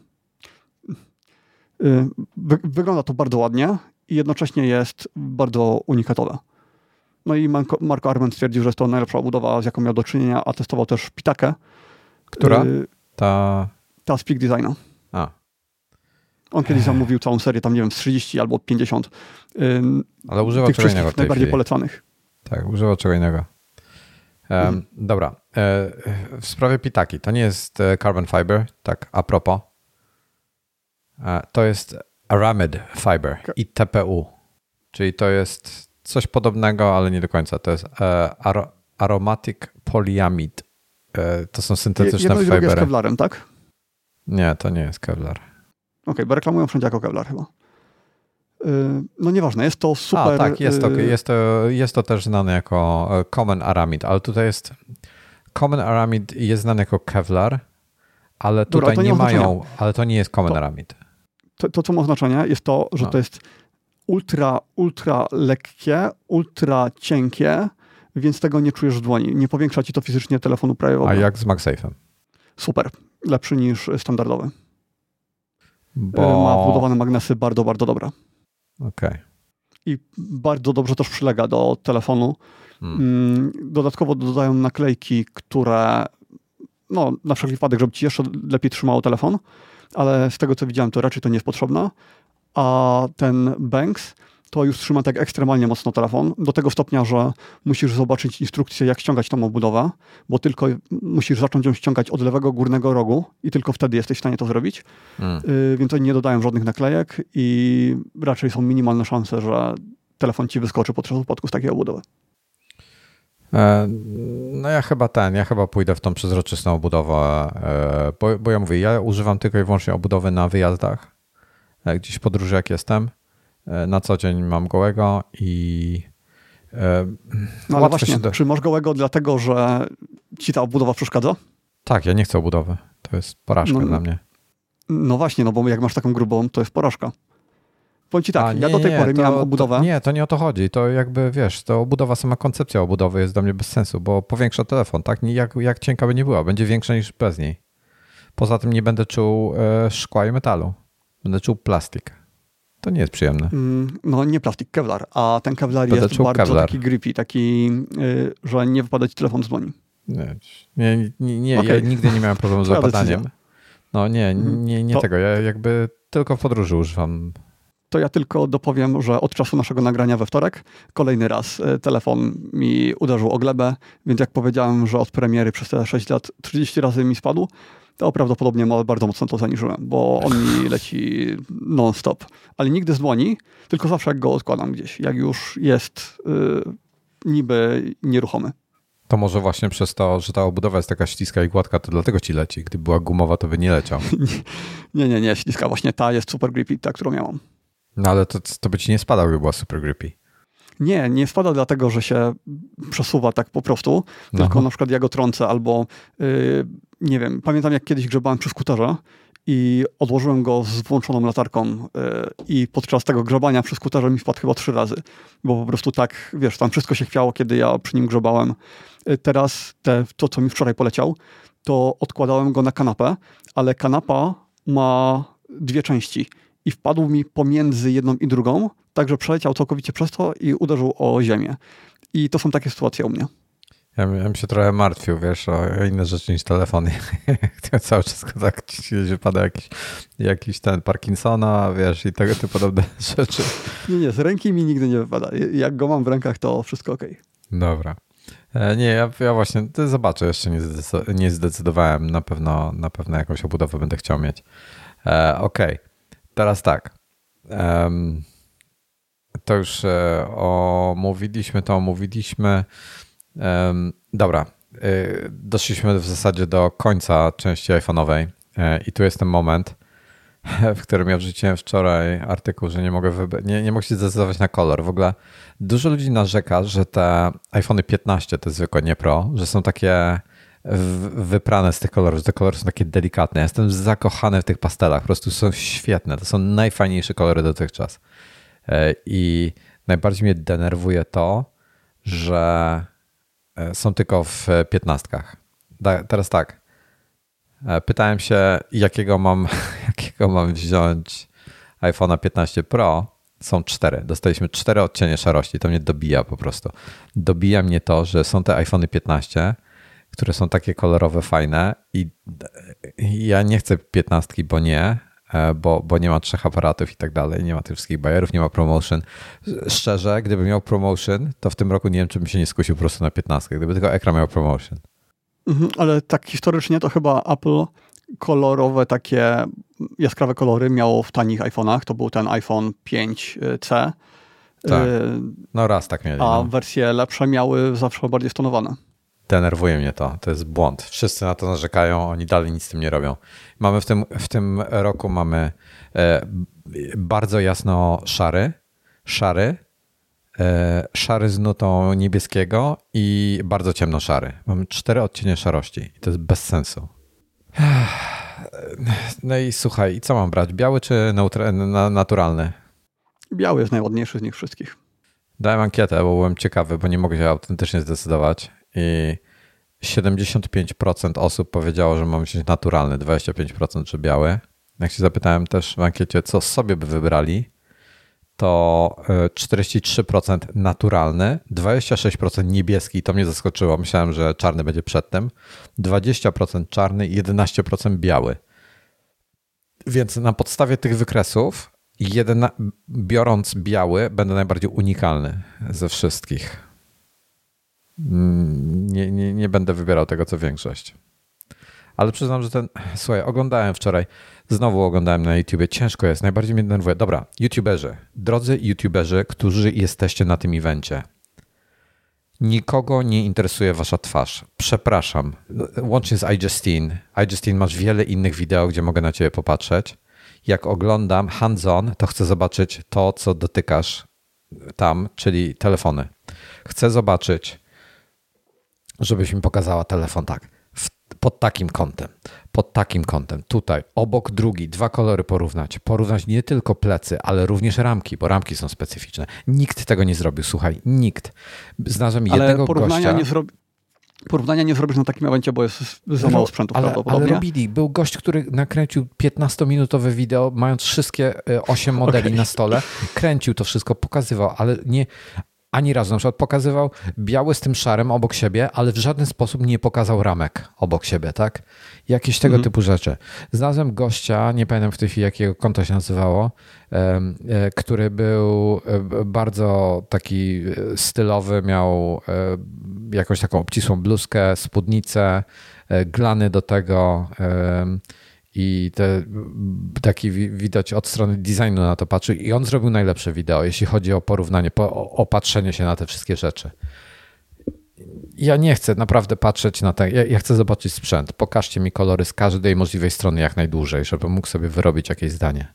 Wy, wygląda to bardzo ładnie i jednocześnie jest bardzo unikatowe. No i Marco, Marco Arment stwierdził, że jest to najlepsza obudowa, z jaką miał do czynienia, a testował też pitakę. Która? Ta... Ta z Peak Designa. A. On kiedyś zamówił całą serię, tam nie wiem, z trzydzieści albo pięćdziesiąt. Ale używał tych czego innego. Najbardziej chwili. Polecanych. Tak, używał czego innego. Um, mhm. Dobra. E, w sprawie pitaki, to nie jest carbon fiber, tak a propos. E, to jest aramid fiber i T P U, czyli to jest coś podobnego, ale nie do końca. To jest e, ar, aromatic polyamid. E, to są syntetyczne Jedno i drugie fibery. jest kevlarem, tak? Nie, to nie jest kevlar. Okej, okay, bo reklamują wszędzie jako kevlar chyba. Yy, no nieważne, jest to super... A, tak, jest to, jest, to, jest to też znane jako common aramid, ale tutaj jest... Common aramid jest znany jako kevlar, ale tutaj Dobra, nie, nie mają... Ale to nie jest common to, aramid. To, to, co ma znaczenie, jest to, że no. to jest ultra, ultra lekkie, ultra cienkie, więc tego nie czujesz w dłoni. Nie powiększa ci to fizycznie telefonu prawie w ogóle. A jak z MagSafe'em? Super. Lepszy niż standardowy. Bo... Ma wbudowane magnesy bardzo, bardzo dobre. Okej. Okay. i bardzo dobrze też przylega do telefonu. Hmm. Dodatkowo dodają naklejki, które no, na wszelki wypadek, żeby ci jeszcze lepiej trzymało telefon, ale z tego co widziałem, to raczej to nie jest potrzebne. A ten Banks to już trzyma tak ekstremalnie mocno telefon, do tego stopnia, że musisz zobaczyć instrukcję, jak ściągać tą obudowę, bo tylko musisz zacząć ją ściągać od lewego górnego rogu i tylko wtedy jesteś w stanie to zrobić. Hmm. Y, więc oni nie dodają żadnych naklejek i raczej są minimalne szanse, że telefon ci wyskoczy podczas upadku z takiej obudowy. No ja chyba ten, ja chyba pójdę w tą przezroczystą obudowę, bo, bo ja mówię, ja używam tylko i wyłącznie obudowy na wyjazdach, gdzieś w podróży jak jestem, na co dzień mam gołego i no ale właśnie, do... czy masz gołego dlatego, że ci ta obudowa przeszkadza? Tak, ja nie chcę obudowy, to jest porażka no, dla mnie. No właśnie, no bo jak masz taką grubą, to jest porażka. Powiem ci tak, A, nie, ja do tej nie, pory to, miałem obudowę. To, nie, to nie o to chodzi. To jakby, wiesz, to obudowa, sama koncepcja obudowy jest dla mnie bez sensu, bo powiększa telefon, tak? Jak, jak cienka by nie była, będzie większa niż bez niej. Poza tym nie będę czuł e, szkła i metalu. Będę czuł plastik. To nie jest przyjemne. Mm, no nie plastik, kevlar. A ten kevlar będę jest bardzo kevlar. taki grippy, taki, y, że nie wypada ci telefon z dłoni. Nie, nie, nie, nie okay. Ja nigdy nie miałem problemu z wypadaniem. No nie, nie, nie to... tego. Ja jakby tylko w podróży używam. To ja tylko dopowiem, że od czasu naszego nagrania we wtorek kolejny raz telefon mi uderzył o glebę, więc jak powiedziałem, że od premiery przez te sześć lat trzydzieści razy mi spadł, to prawdopodobnie bardzo mocno to zaniżyłem, bo on mi leci non-stop. Ale nigdy z dłoni, tylko zawsze jak go odkładam gdzieś, jak już jest yy, niby nieruchomy. To może właśnie przez to, że ta obudowa jest taka śliska i gładka, to dlatego ci leci. Gdyby była gumowa, to by nie leciał. nie, nie, nie, śliska. Właśnie ta jest super grippy, ta, którą miałam. No ale to, to by ci nie spadał, gdyby była super grippy. Nie, nie spada dlatego, że się przesuwa tak po prostu, Aha. tylko na przykład ja go trącę albo yy, nie wiem, pamiętam jak kiedyś grzebałem przy skuterze i odłożyłem go z włączoną latarką yy, i podczas tego grzebania przy skuterze mi wpadł chyba trzy razy, bo po prostu tak, wiesz, tam wszystko się chwiało, kiedy ja przy nim grzebałem. Yy, teraz te, to, co mi wczoraj poleciał, to odkładałem go na kanapę, ale kanapa ma dwie części. I wpadł mi pomiędzy jedną i drugą, także przeleciał całkowicie przez to i uderzył o ziemię. I to są takie sytuacje u mnie. Ja, ja bym się trochę martwił, wiesz, o inne rzeczy niż telefon. Cały czas tak ci wypada jakiś, jakiś ten Parkinsona, wiesz, i tego typu podobne rzeczy. Nie, nie, z ręki mi nigdy nie wypada. Jak go mam w rękach, to wszystko okej. Okay. Dobra. Nie, ja, ja właśnie zobaczę, jeszcze nie, zdecy- nie zdecydowałem. Na pewno, na pewno jakąś obudowę będę chciał mieć. E, okej. Okay. Teraz tak, um, to już e, omówiliśmy, to omówiliśmy. Um, dobra, e, doszliśmy w zasadzie do końca części iPhone'owej e, i tu jest ten moment, w którym ja wrzuciłem wczoraj artykuł, że nie mogę wybrać, nie, nie mogę się zdecydować na kolor. W ogóle dużo ludzi narzeka, że te iPhony piętnaście, te zwykłe, nie Pro, że są takie wyprane z tych kolorów, że te kolory są takie delikatne. Ja jestem zakochany w tych pastelach, po prostu są świetne. To są najfajniejsze kolory dotychczas. I najbardziej mnie denerwuje to, że są tylko w piętnastkach. Teraz tak, pytałem się, jakiego mam, jakiego mam wziąć iPhone'a piętnaście Pro. Są cztery. Dostaliśmy cztery odcienie szarości. To mnie dobija po prostu. Dobija mnie to, że są te iPhony piętnaście, które są takie kolorowe, fajne i ja nie chcę piętnastki, bo nie, bo, bo nie ma trzech aparatów i tak dalej, nie ma tych wszystkich bajerów, nie ma promotion. Szczerze, gdybym miał promotion, to w tym roku nie wiem, czy bym się nie skusił po prostu na piętnastkę, gdyby tylko ekran miał promotion. Mhm, ale tak historycznie to chyba Apple kolorowe, takie jaskrawe kolory miało w tanich iPhone'ach, to był ten iPhone pięć C. Tak, no raz tak mieli. A no. wersje lepsze miały zawsze bardziej stonowane. Denerwuje mnie to, to jest błąd. Wszyscy na to narzekają, oni dalej nic z tym nie robią. Mamy w tym, w tym roku mamy e, bardzo jasno szary, szary, e, szary z nutą niebieskiego i bardzo ciemno szary. Mamy cztery odcienie szarości i to jest bez sensu. No i słuchaj, i co mam brać? Biały czy neutra- na, naturalny? Biały jest najładniejszy z nich wszystkich. Dałem ankietę, bo byłem ciekawy, bo nie mogę się autentycznie zdecydować. I siedemdziesiąt pięć procent osób powiedziało, że mam wziąć naturalny, dwadzieścia pięć procent, że biały. Jak się zapytałem też w ankiecie, co sobie by wybrali, to czterdzieści trzy procent naturalny, dwadzieścia sześć procent niebieski, to mnie zaskoczyło, myślałem, że czarny będzie przedtem, dwadzieścia procent czarny i jedenaście procent biały. Więc na podstawie tych wykresów, jedyna, biorąc biały, będę najbardziej unikalny ze wszystkich. Nie, nie, nie będę wybierał tego, co większość. Ale przyznam, że ten... Słuchaj, oglądałem wczoraj, znowu oglądałem na YouTubie, ciężko jest, najbardziej mnie denerwuje. Dobra, YouTuberzy, drodzy YouTuberzy, którzy jesteście na tym evencie. Nikogo nie interesuje wasza twarz. Przepraszam. Łącznie z iJustine. iJustine, masz wiele innych wideo, gdzie mogę na ciebie popatrzeć. Jak oglądam hands-on, to chcę zobaczyć to, co dotykasz tam, czyli telefony. Chcę zobaczyć, żebyś mi pokazała telefon tak. Pod takim kątem, pod takim kątem, tutaj, obok drugi, dwa kolory porównać. Porównać nie tylko plecy, ale również ramki, bo ramki są specyficzne. Nikt tego nie zrobił, słuchaj, nikt. Znalazłem jednego ale porównania gościa... Nie zrobi... Porównania nie zrobisz na takim evencie, bo jest za mało sprzętu ale, prawdopodobnie. Ale robili. Był gość, który nakręcił piętnastominutowe wideo, mając wszystkie osiem modeli okay. na stole. Kręcił to wszystko, pokazywał, ale nie... Ani razu na przykład pokazywał biały z tym szarym obok siebie, ale w żaden sposób nie pokazał ramek obok siebie, tak? Jakieś tego mm. typu rzeczy. Znalazłem gościa, nie pamiętam w tej chwili jakiego konta się nazywało, który był bardzo taki stylowy, miał jakąś taką obcisłą bluzkę, spódnicę, glany do tego i te, taki widać od strony designu na to patrzył i on zrobił najlepsze wideo, jeśli chodzi o porównanie, po, o patrzenie się na te wszystkie rzeczy. Ja nie chcę naprawdę patrzeć na te, ja, ja chcę zobaczyć sprzęt. Pokażcie mi kolory z każdej możliwej strony jak najdłużej, żebym mógł sobie wyrobić jakieś zdanie.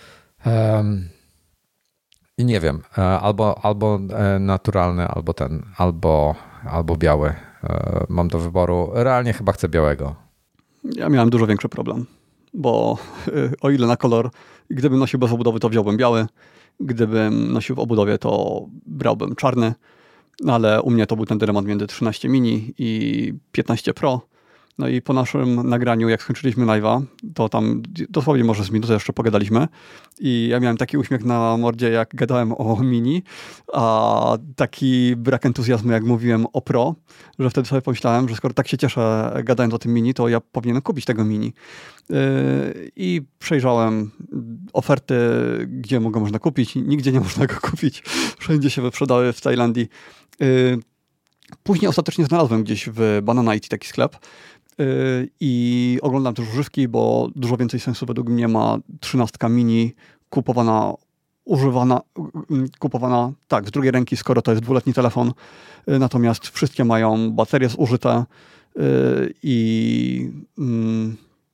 Um, I nie wiem, albo, albo naturalny, albo ten, albo, albo biały. Mam do wyboru. Realnie chyba chcę białego. Ja miałem dużo większy problem, bo o ile na kolor, gdybym nosił bez obudowy, to wziąłbym biały, gdybym nosił w obudowie, to brałbym czarny, ale u mnie to był ten dylemat między trzynaście mini i piętnaście Pro. No i po naszym nagraniu, jak skończyliśmy live'a, to tam dosłownie może z minutę jeszcze pogadaliśmy i ja miałem taki uśmiech na mordzie, jak gadałem o mini, a taki brak entuzjazmu, jak mówiłem o Pro, że wtedy sobie pomyślałem, że skoro tak się cieszę gadając o tym mini, to ja powinienem kupić tego mini. Yy, I przejrzałem oferty, gdzie go można kupić. Nigdzie nie można go kupić. Wszędzie się wyprzedały w Tajlandii. Yy, Później ostatecznie znalazłem gdzieś w Bananite taki sklep yy, i oglądam też używki, bo dużo więcej sensu według mnie ma trzynastka mini kupowana, używana, yy, kupowana tak, z drugiej ręki, skoro to jest dwuletni telefon. Yy, natomiast wszystkie mają baterie zużyte yy, i yy,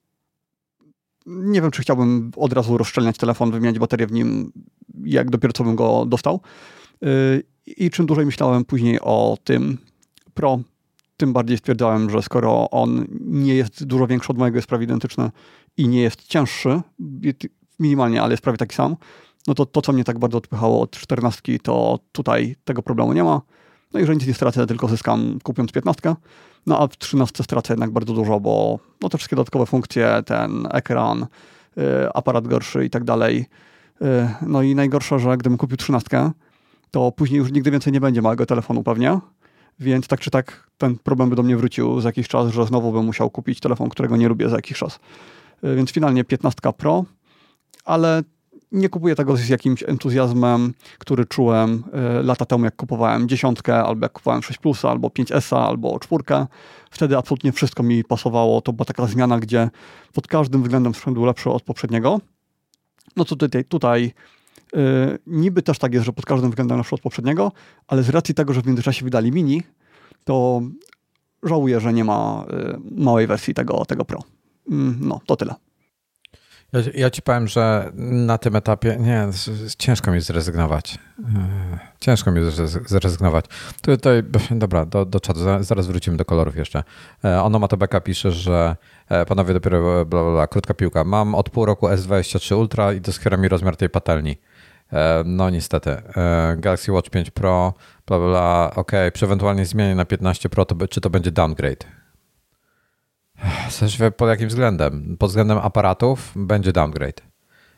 nie wiem, czy chciałbym od razu rozszczelniać telefon, wymieniać baterię w nim, jak dopiero co bym go dostał. Yy, I czym dłużej myślałem później o tym Pro, tym bardziej stwierdzałem, że skoro on nie jest dużo większy od mojego, jest prawie identyczny i nie jest cięższy, minimalnie, ale jest prawie taki sam, no to to, co mnie tak bardzo odpychało od czternastki, to tutaj tego problemu nie ma. No i że nic nie stracę, tylko zyskam kupując piętnastkę. No a w trzynastce stracę jednak bardzo dużo, bo no te wszystkie dodatkowe funkcje, ten ekran, yy, aparat gorszy i tak dalej. Yy, no i najgorsze, że gdybym kupił trzynastkę, to później już nigdy więcej nie będzie małego telefonu pewnie, więc tak czy tak ten problem by do mnie wrócił za jakiś czas, że znowu bym musiał kupić telefon, którego nie lubię za jakiś czas. Więc finalnie piętnastka Pro, ale nie kupuję tego z jakimś entuzjazmem, który czułem lata temu, jak kupowałem dziesiątkę, albo jak kupowałem sześć plusa, albo pięć S, albo czwórkę. Wtedy absolutnie wszystko mi pasowało. To była taka zmiana, gdzie pod każdym względem sprzęt był lepszy od poprzedniego. No to tutaj, tutaj Yy, niby też tak jest, że pod każdym względem lepszy od poprzedniego, ale z racji tego, że w międzyczasie wydali mini, to żałuję, że nie ma yy, małej wersji tego, tego Pro. Yy, no, to tyle. Ja, ja ci powiem, że na tym etapie nie, ciężko mi zrezygnować. Yy, ciężko mi zrezygnować. Tutaj, dobra, do, do czatu, zaraz wrócimy do kolorów jeszcze. Yy, Onomatobeka pisze, że yy, panowie dopiero bla, bla, bla, krótka piłka. Mam od pół roku S dwadzieścia trzy Ultra i doskwiera mi rozmiar tej patelni. No niestety. Galaxy Watch pięć Pro, bla bla bla, ok, przy ewentualnej zmianie na piętnaście Pro, to, czy to będzie downgrade? Pod jakim względem? Pod względem aparatów będzie downgrade.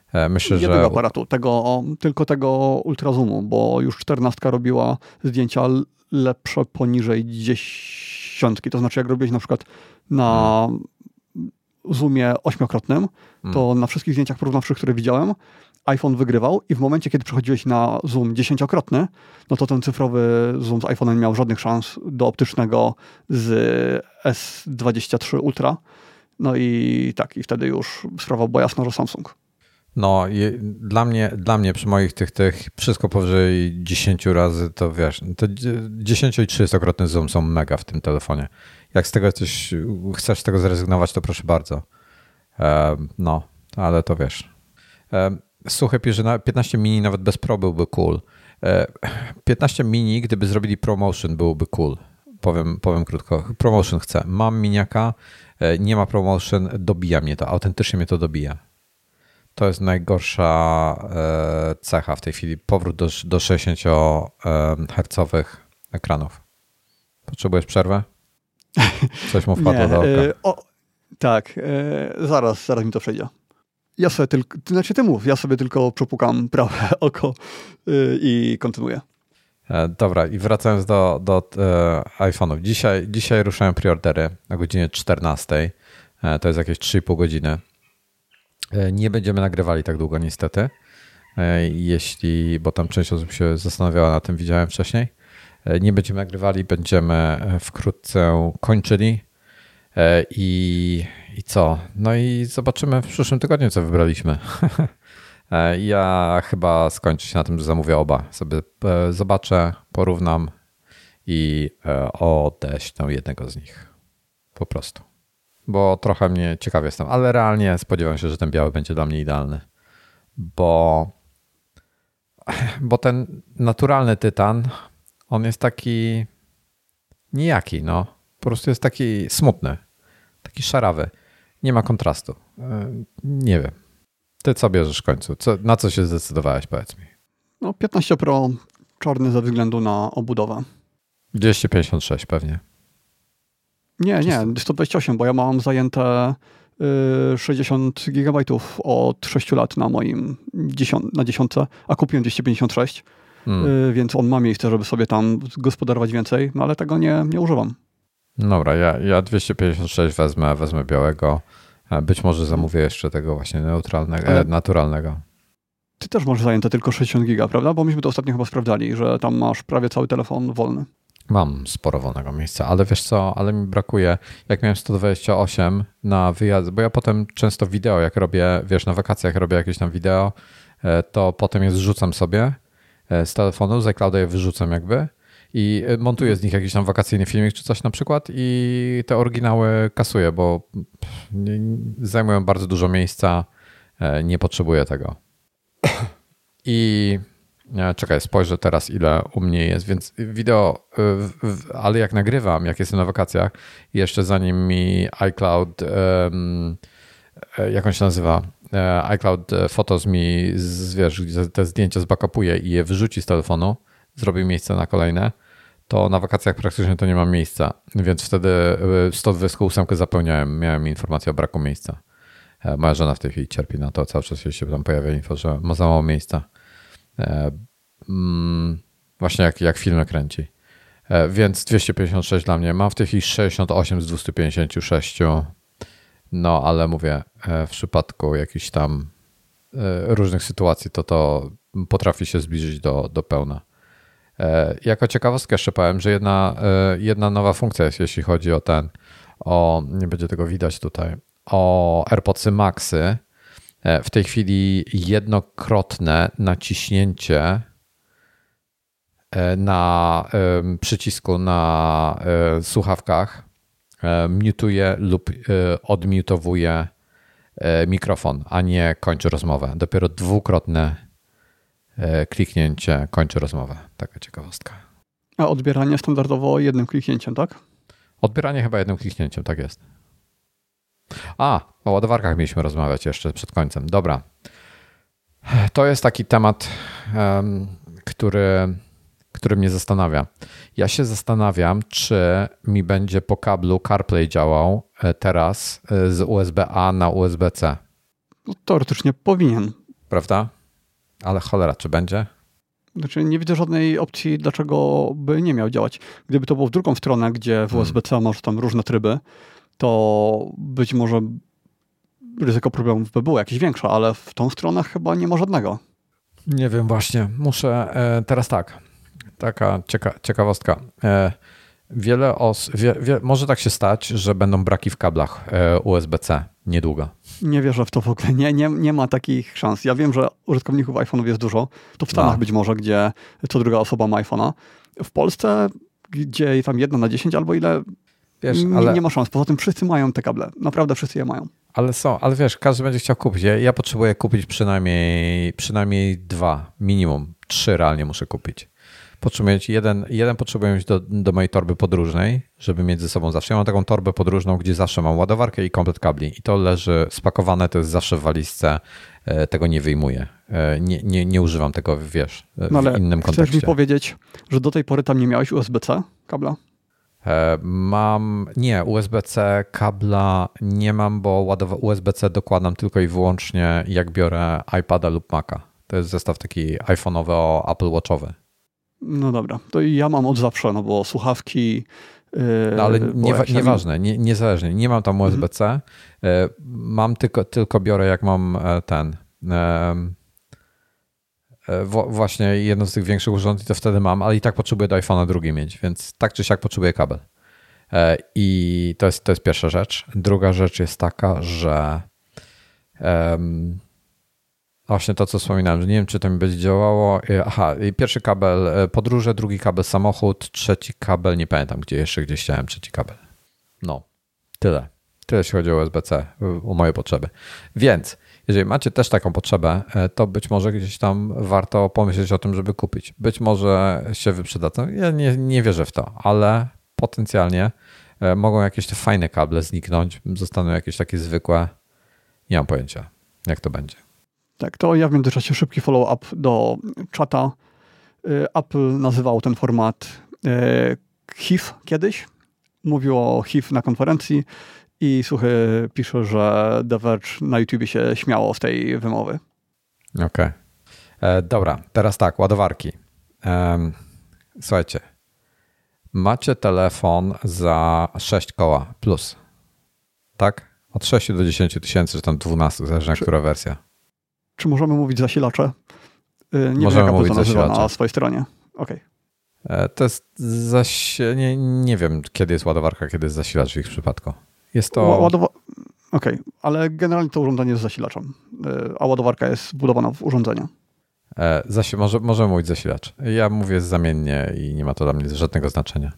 Myślę, nie że... tego aparatu, tego, tylko tego ultrazoomu, bo już czternastka robiła zdjęcia lepsze poniżej dziesiątki. To znaczy, jak robiłeś na przykład na hmm. zoomie ośmiokrotnym, to hmm. na wszystkich zdjęciach porównawczych, które widziałem, iPhone wygrywał i w momencie, kiedy przechodziłeś na zoom dziesięciokrotny, no to ten cyfrowy zoom z iPhone'em nie miał żadnych szans do optycznego z S dwadzieścia trzy Ultra. No i tak, i wtedy już sprawa była jasna, że Samsung. No, i dla mnie, dla mnie przy moich tych, tych wszystko powyżej dziesięć razy, to wiesz, to dziesięcio- i trzydziestokrotny zoom są mega w tym telefonie. Jak z tego coś, chcesz z tego zrezygnować, to proszę bardzo. Um, no, ale to wiesz. Um, Słuchaj, pisze, że piętnaście mini nawet bez Pro byłby cool. piętnaście mini, gdyby zrobili ProMotion, byłoby cool. Powiem, powiem krótko. ProMotion chcę. Mam miniaka, nie ma ProMotion, dobija mnie to. Autentycznie mnie to dobija. To jest najgorsza cecha w tej chwili. Powrót do, do sześćdziesięciohercowych ekranów. Potrzebujesz przerwę? Coś mu wpadło nie, do oka. Yy, o, tak, yy, zaraz, zaraz mi to przejdzie. Ja sobie tylko, to znaczy ty mów, ja sobie tylko przepukam prawe oko yy, i kontynuuję. Dobra, i wracając do, do e, iPhone'ów. Dzisiaj, dzisiaj ruszają preordery o godzinie czternastej. E, to jest jakieś trzy i pół godziny. E, nie będziemy nagrywali tak długo niestety. E, jeśli, bo tam część osób się zastanawiała na tym, widziałem wcześniej. E, nie będziemy nagrywali, będziemy wkrótce kończyli. E, i, I co? No i zobaczymy w przyszłym tygodniu, co wybraliśmy. Ja chyba skończę się na tym, że zamówię oba. Sobie zobaczę, porównam i odeślę jednego z nich. Po prostu. Bo trochę mnie ciekaw jestem, ale realnie spodziewam się, że ten biały będzie dla mnie idealny. Bo, bo ten naturalny tytan, on jest taki nijaki, no. Po prostu jest taki smutny, taki szarawy. Nie ma kontrastu. Nie wiem. Ty co bierzesz w końcu? Co, na co się zdecydowałeś, powiedz mi? No piętnaście Pro czarny ze względu na obudowę. dwieście pięćdziesiąt sześć pewnie. Nie, nie, sto dwadzieścia osiem, bo ja mam zajęte y, sześćdziesiąt gigabajtów od sześciu lat na moim dziesiąt, na dziesiątce, a kupiłem dwieście pięćdziesiąt sześć, hmm. y, więc on ma miejsce, żeby sobie tam gospodarować więcej, no ale tego nie, nie używam. Dobra, ja, ja dwieście pięćdziesiąt sześć wezmę, wezmę białego. Być może zamówię jeszcze tego właśnie neutralnego, e, naturalnego. Ty też masz zajęte tylko sześćdziesiąt giga, prawda? Bo myśmy to ostatnio chyba sprawdzali, że tam masz prawie cały telefon wolny. Mam sporo wolnego miejsca, ale wiesz co, ale mi brakuje, jak miałem sto dwadzieścia osiem na wyjazd, bo ja potem często wideo, jak robię, wiesz, na wakacjach robię jakieś tam wideo, to potem je zrzucam sobie z telefonu, z iClouda je wyrzucam jakby i montuję z nich jakiś tam wakacyjny filmik czy coś na przykład i te oryginały kasuję, bo zajmują bardzo dużo miejsca, nie potrzebuję tego. I czekaj, spojrzę teraz, ile u mnie jest, więc wideo, ale jak nagrywam, jak jestem na wakacjach, jeszcze zanim mi iCloud, jak on się nazywa, iCloud Photos mi, wiesz, te zdjęcia zbackupuje i je wyrzuci z telefonu, zrobi miejsce na kolejne, to na wakacjach praktycznie to nie mam miejsca, więc wtedy sto dwadzieścia osiem zapełniałem, miałem informację o braku miejsca. Moja żona w tej chwili cierpi na to, cały czas się tam pojawia info, że ma za mało miejsca. Właśnie jak, jak filmy kręci. Więc dwieście pięćdziesiąt sześć dla mnie. Mam w tej chwili sześćdziesiąt osiem z dwieście pięćdziesiąt sześć. No ale mówię, w przypadku jakichś tam różnych sytuacji to to potrafi się zbliżyć do, do pełna. Jako ciekawostkę jeszcze powiem, że jedna, jedna nowa funkcja jest, jeśli chodzi o ten, o, nie będzie tego widać tutaj, o AirPodsy Maxy. W tej chwili jednokrotne naciśnięcie na przycisku na słuchawkach mutuje lub odmutowuje mikrofon, a nie kończy rozmowę. Dopiero dwukrotne kliknięcie kończy rozmowę. Taka ciekawostka. A odbieranie standardowo jednym kliknięciem, tak? Odbieranie chyba jednym kliknięciem, tak jest. A, o ładowarkach mieliśmy rozmawiać jeszcze przed końcem. Dobra. To jest taki temat, um, który, który mnie zastanawia. Ja się zastanawiam, czy mi będzie po kablu CarPlay działał teraz z U S B A na U S B C. No, teoretycznie powinien. prawda? Ale cholera, czy będzie? Znaczy nie widzę żadnej opcji, dlaczego by nie miał działać. Gdyby to było w drugą stronę, gdzie w U S B C hmm. masz tam różne tryby, to być może ryzyko problemów by było jakieś większe, ale w tą stronę chyba nie ma żadnego. Nie wiem właśnie. Muszę... E, teraz tak. Taka cieka, ciekawostka. E, wiele os... Wie, wie, może tak się stać, że będą braki w kablach e, U S B C niedługo. Nie wierzę w to w ogóle. Nie, nie, nie ma takich szans. Ja wiem, że użytkowników iPhone'ów jest dużo. To w Stanach no. być może, gdzie co druga osoba ma iPhone'a. W Polsce, gdzie tam jedna na dziesięć albo ile, wiesz, nie, ale... nie ma szans. Poza tym wszyscy mają te kable. Naprawdę wszyscy je mają. Ale są, ale wiesz, każdy będzie chciał kupić. Ja, ja potrzebuję kupić przynajmniej, przynajmniej dwa, minimum. Trzy realnie muszę kupić. Potrzebuję mieć jeden, jeden potrzebuję mieć do, do mojej torby podróżnej, żeby mieć ze sobą zawsze. Ja mam taką torbę podróżną, gdzie zawsze mam ładowarkę i komplet kabli. I to leży spakowane, to jest zawsze w walizce. Tego nie wyjmuję. Nie, nie, nie używam tego, wiesz, w no ale innym kontekście. Chcesz mi powiedzieć, że do tej pory tam nie miałeś U S B C kabla? Mam, nie, U S B C kabla nie mam, bo ładowa- U S B C dokładam tylko i wyłącznie jak biorę iPada lub Maca. To jest zestaw taki iPhone'owo-Apple Watchowy. No dobra, to ja mam od zawsze, no bo słuchawki... Yy, no ale nie, nieważne, nie, niezależnie. Nie mam tam U S B C. Mhm. Yy, mam tylko, tylko biorę jak mam ten... Yy, w, właśnie jedno z tych większych urządzeń, to wtedy mam, ale i tak potrzebuję do iPhone'a drugi mieć, więc tak czy siak potrzebuję kabel. Yy, I to jest, to jest pierwsza rzecz. Druga rzecz jest taka, że yy, właśnie to, co wspominałem, że nie wiem, czy to mi będzie działało. Aha, pierwszy kabel podróże, drugi kabel samochód, trzeci kabel, nie pamiętam, gdzie jeszcze gdzieś chciałem trzeci kabel. No, tyle. Tyle jeśli chodzi o U S B C, o moje potrzeby. Więc jeżeli macie też taką potrzebę, to być może gdzieś tam warto pomyśleć o tym, żeby kupić. Być może się wyprzedadzą. Ja nie, nie wierzę w to, ale potencjalnie mogą jakieś te fajne kable zniknąć, zostaną jakieś takie zwykłe. Nie mam pojęcia, jak to będzie. Tak, to ja w międzyczasie szybki follow-up do czata. Apple nazywał ten format H I F kiedyś. Mówił o H I F na konferencji i Suchy pisze, że The Verge na YouTubie się śmiało z tej wymowy. Okej. Okay. Dobra, teraz tak, ładowarki. Um, słuchajcie, macie telefon za sześć koła plus, tak? Od sześciu do dziesięciu tysięcy, czy tam dwunastu, zależy na która wersja. Czy możemy mówić zasilacze? Nie możemy wiem, mówić to nazywa zasilacze. Na swojej stronie. Okej. Okay. To jest zaś... Nie, nie wiem, kiedy jest ładowarka, kiedy jest zasilacz w ich przypadku. Jest to... Ładowa... Okej, okay. Ale generalnie to urządzenie jest zasilaczem, a ładowarka jest wbudowana w urządzenie. Zasi... Może, możemy mówić zasilacz. Ja mówię zamiennie i nie ma to dla mnie żadnego znaczenia.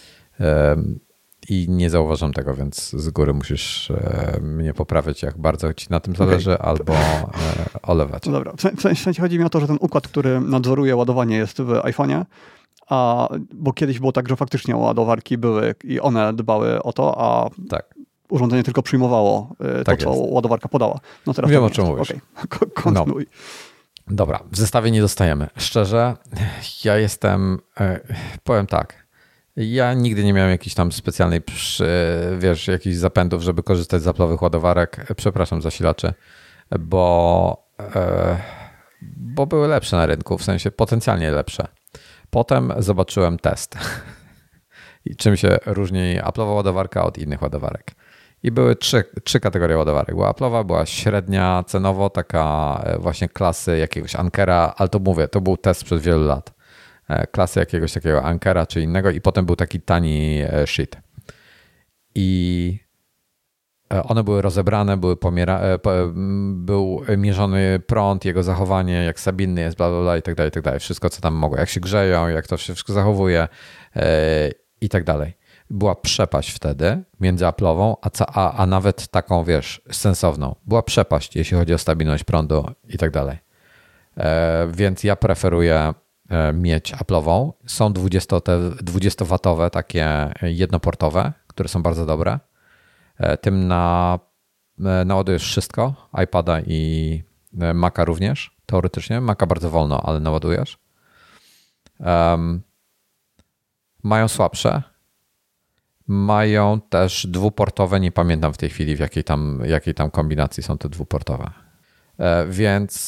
I nie zauważam tego, więc z góry musisz mnie poprawiać, jak bardzo ci na tym zależy, okay. albo olewać. No dobra, w sensie chodzi mi o to, że ten układ, który nadzoruje ładowanie, jest w iPhone'ie, a, bo kiedyś było tak, że faktycznie ładowarki były i one dbały o to, a tak. urządzenie tylko przyjmowało to, tak co ładowarka podała. No teraz wiem, o czym mówisz. Okay. Kontynuuj. No. Dobra, w zestawie nie dostajemy. Szczerze, ja jestem, powiem tak, ja nigdy nie miałem jakiejś tam specjalnej, wiesz, jakichś zapędów, żeby korzystać z Apple'owych ładowarek. Przepraszam, zasilaczy, bo, bo były lepsze na rynku, w sensie potencjalnie lepsze. Potem zobaczyłem test. I czym się różni Apple'owa ładowarka od innych ładowarek. I były trzy, trzy kategorie ładowarek. Była Apple'owa, była średnia cenowo, taka właśnie klasy jakiegoś Ankera, ale to mówię, to był test przed wielu lat. Klasy jakiegoś takiego Ankera czy innego i potem był taki tani shit. I one były rozebrane, były pomiera- był mierzony prąd, jego zachowanie, jak stabilny jest, bla, bla, bla i tak dalej, i tak dalej. Wszystko, co tam mogło, jak się grzeją, jak to się wszystko zachowuje i tak dalej. Była przepaść wtedy między Apple'ową, a, a, a nawet taką, wiesz, sensowną. Była przepaść, jeśli chodzi o stabilność prądu i tak dalej. Więc ja preferuję mieć Apple'ową. Są dwudziestowatowe, takie jednoportowe, które są bardzo dobre. Tym na, naładujesz wszystko, iPada i Maca również, teoretycznie. Maca bardzo wolno, ale naładujesz. Um, mają słabsze. Mają też dwuportowe, nie pamiętam w tej chwili w jakiej tam, jakiej tam kombinacji są te dwuportowe. E, więc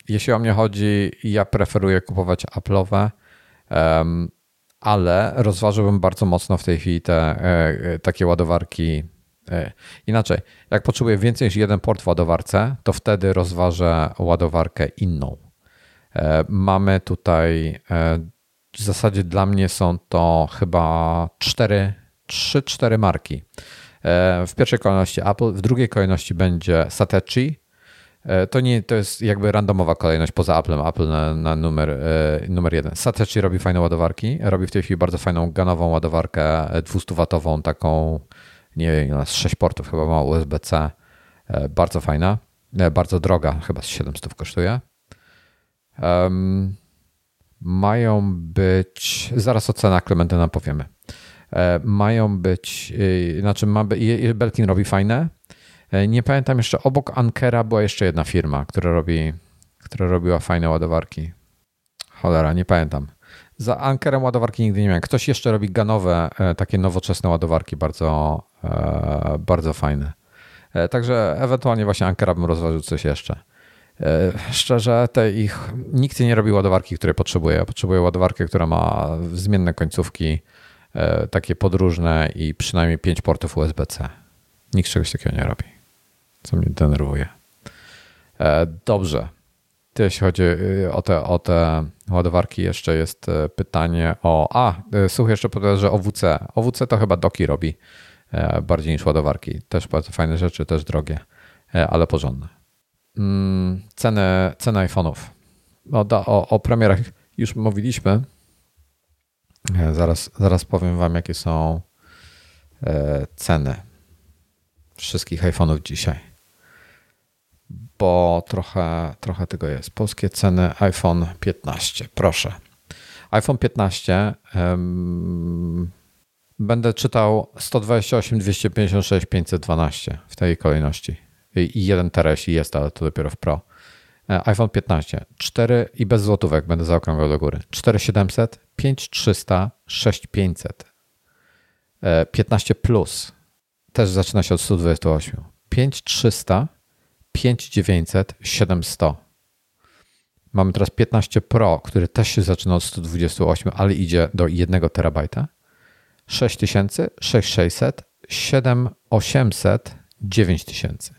jeśli o mnie chodzi, ja preferuję kupować Apple'owe, um, ale rozważyłbym bardzo mocno w tej chwili te e, takie ładowarki. E, inaczej, jak potrzebuję więcej niż jeden port w ładowarce, to wtedy rozważę ładowarkę inną. E, mamy tutaj, e, w zasadzie dla mnie są to chyba cztery, trzy, cztery marki. E, w pierwszej kolejności Apple, w drugiej kolejności będzie Satechi. To nie, to jest jakby randomowa kolejność poza Applem. Apple na, na numer, numer jeden. Satechi robi fajne ładowarki. Robi w tej chwili bardzo fajną ganową ładowarkę dwustowatową, taką, nie wiem, z sześć portów, chyba ma U S B C. Bardzo fajna. Bardzo droga, chyba z siedemset kosztuje. Um, mają być, zaraz o cenach Klementyna powiemy. Mają być, znaczy ma by, Belkin robi fajne. Nie pamiętam jeszcze, obok Ankera była jeszcze jedna firma, która robi, która robiła fajne ładowarki. Cholera, nie pamiętam. Za Ankerem ładowarki nigdy nie miałem. Ktoś jeszcze robi ganowe, takie nowoczesne ładowarki, bardzo, bardzo fajne. Także ewentualnie właśnie Ankera bym rozważył coś jeszcze. Szczerze, te ich, nikt nie robi ładowarki, które potrzebuje. Ja potrzebuję ładowarkę, która ma zmienne końcówki, takie podróżne i przynajmniej pięć portów U S B C. Nikt czegoś takiego nie robi, co mnie denerwuje. Dobrze. Jeśli chodzi o te, o te ładowarki, jeszcze jest pytanie o... A, słuchaj, jeszcze powiedział, że O W C. O W C to chyba doki robi bardziej niż ładowarki. Też bardzo fajne rzeczy, też drogie, ale porządne. Ceny, ceny iPhone'ów. O, o, o premierach już mówiliśmy. Zaraz, zaraz powiem wam, jakie są ceny wszystkich iPhone'ów dzisiaj, bo trochę, trochę tego jest. Polskie ceny iPhone piętnaście, proszę. iPhone piętnaście, um, będę czytał sto dwadzieścia osiem, dwieście pięćdziesiąt sześć, pięćset dwanaście w tej kolejności i jeden tera, jeśli jest, ale to dopiero w Pro. iPhone piętnaście, cztery i bez złotówek, będę zaokrągał do góry. cztery tysiące siedemset, pięć tysięcy trzysta, sześć tysięcy pięćset. piętnaście Plus też zaczyna się od sto dwadzieścia osiem. pięć tysięcy trzysta, pięć tysięcy dziewięćset, siedemset. Mamy teraz piętnaście Pro, który też się zaczyna od sto dwadzieścia osiem, ale idzie do jednego terabajta. sześć tysięcy, sześć tysięcy sześćset, siedem tysięcy osiemset, dziewięć tysięcy.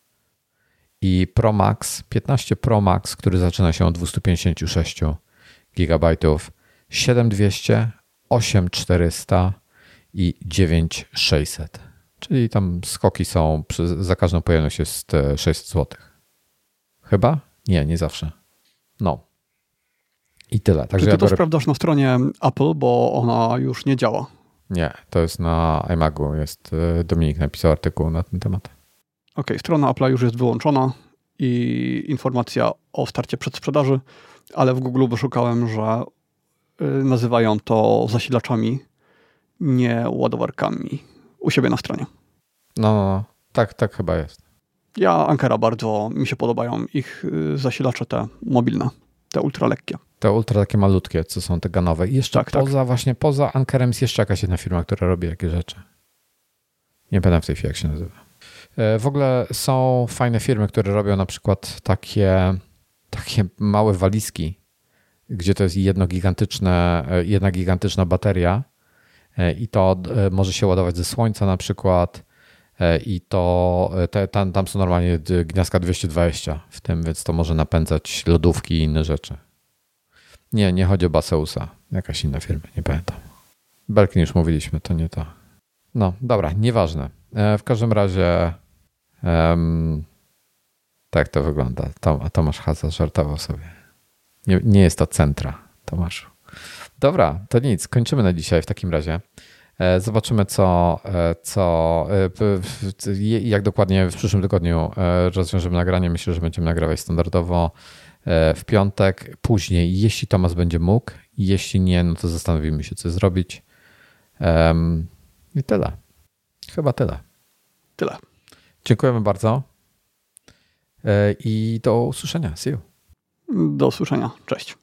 I Pro Max, piętnaście Pro Max, który zaczyna się od dwieście pięćdziesiąt sześć gigabajtów, siedem tysięcy dwieście, osiem tysięcy czterysta i dziewięć tysięcy sześćset. Czyli tam skoki są, przy, za każdą pojemność jest sześćset złotych. Chyba? Nie, nie zawsze. No. I tyle. Także Czy ty ja to biorę... sprawdzasz na stronie Apple, bo ona już nie działa? Nie, to jest na iMagu. Jest, Dominik napisał artykuł na ten temat. Okej, okay, strona Apple'a już jest wyłączona i informacja o starcie przedsprzedaży, ale w Google wyszukałem, że nazywają to zasilaczami, nie ładowarkami u siebie na stronie. No, no, no. Tak, tak chyba jest. Ja Ankera bardzo mi się podobają. Ich zasilacze te mobilne, te ultralekkie. Te ultra takie malutkie, co są te ganowe. I jeszcze tak, poza tak. właśnie, poza Ankerem jest jeszcze jakaś jedna firma, która robi takie rzeczy. Nie pamiętam w tej chwili, jak się nazywa. W ogóle są fajne firmy, które robią na przykład takie, takie małe walizki, gdzie to jest jedno gigantyczne, jedna gigantyczna bateria i to może się ładować ze słońca na przykład i to te, tam, tam są normalnie gniazdka dwieście dwadzieścia w tym, więc to może napędzać lodówki i inne rzeczy. Nie, nie chodzi o Baseusa, jakaś inna firma, nie pamiętam. Belkin już mówiliśmy, to nie to. No, dobra, nieważne. W każdym razie um, tak to wygląda. Tom, Tomasz Haza żartował sobie. Nie, nie jest to centra, Tomaszu. Dobra, to nic, kończymy na dzisiaj w takim razie. Zobaczymy, co, co jak dokładnie w przyszłym tygodniu rozwiążemy nagranie. Myślę, że będziemy nagrywać standardowo w piątek. Później, jeśli Tomasz będzie mógł, jeśli nie, no to zastanowimy się, co zrobić. Um, I tyle. Chyba tyle. Tyle. Dziękujemy bardzo i do usłyszenia. See you. Do usłyszenia. Cześć.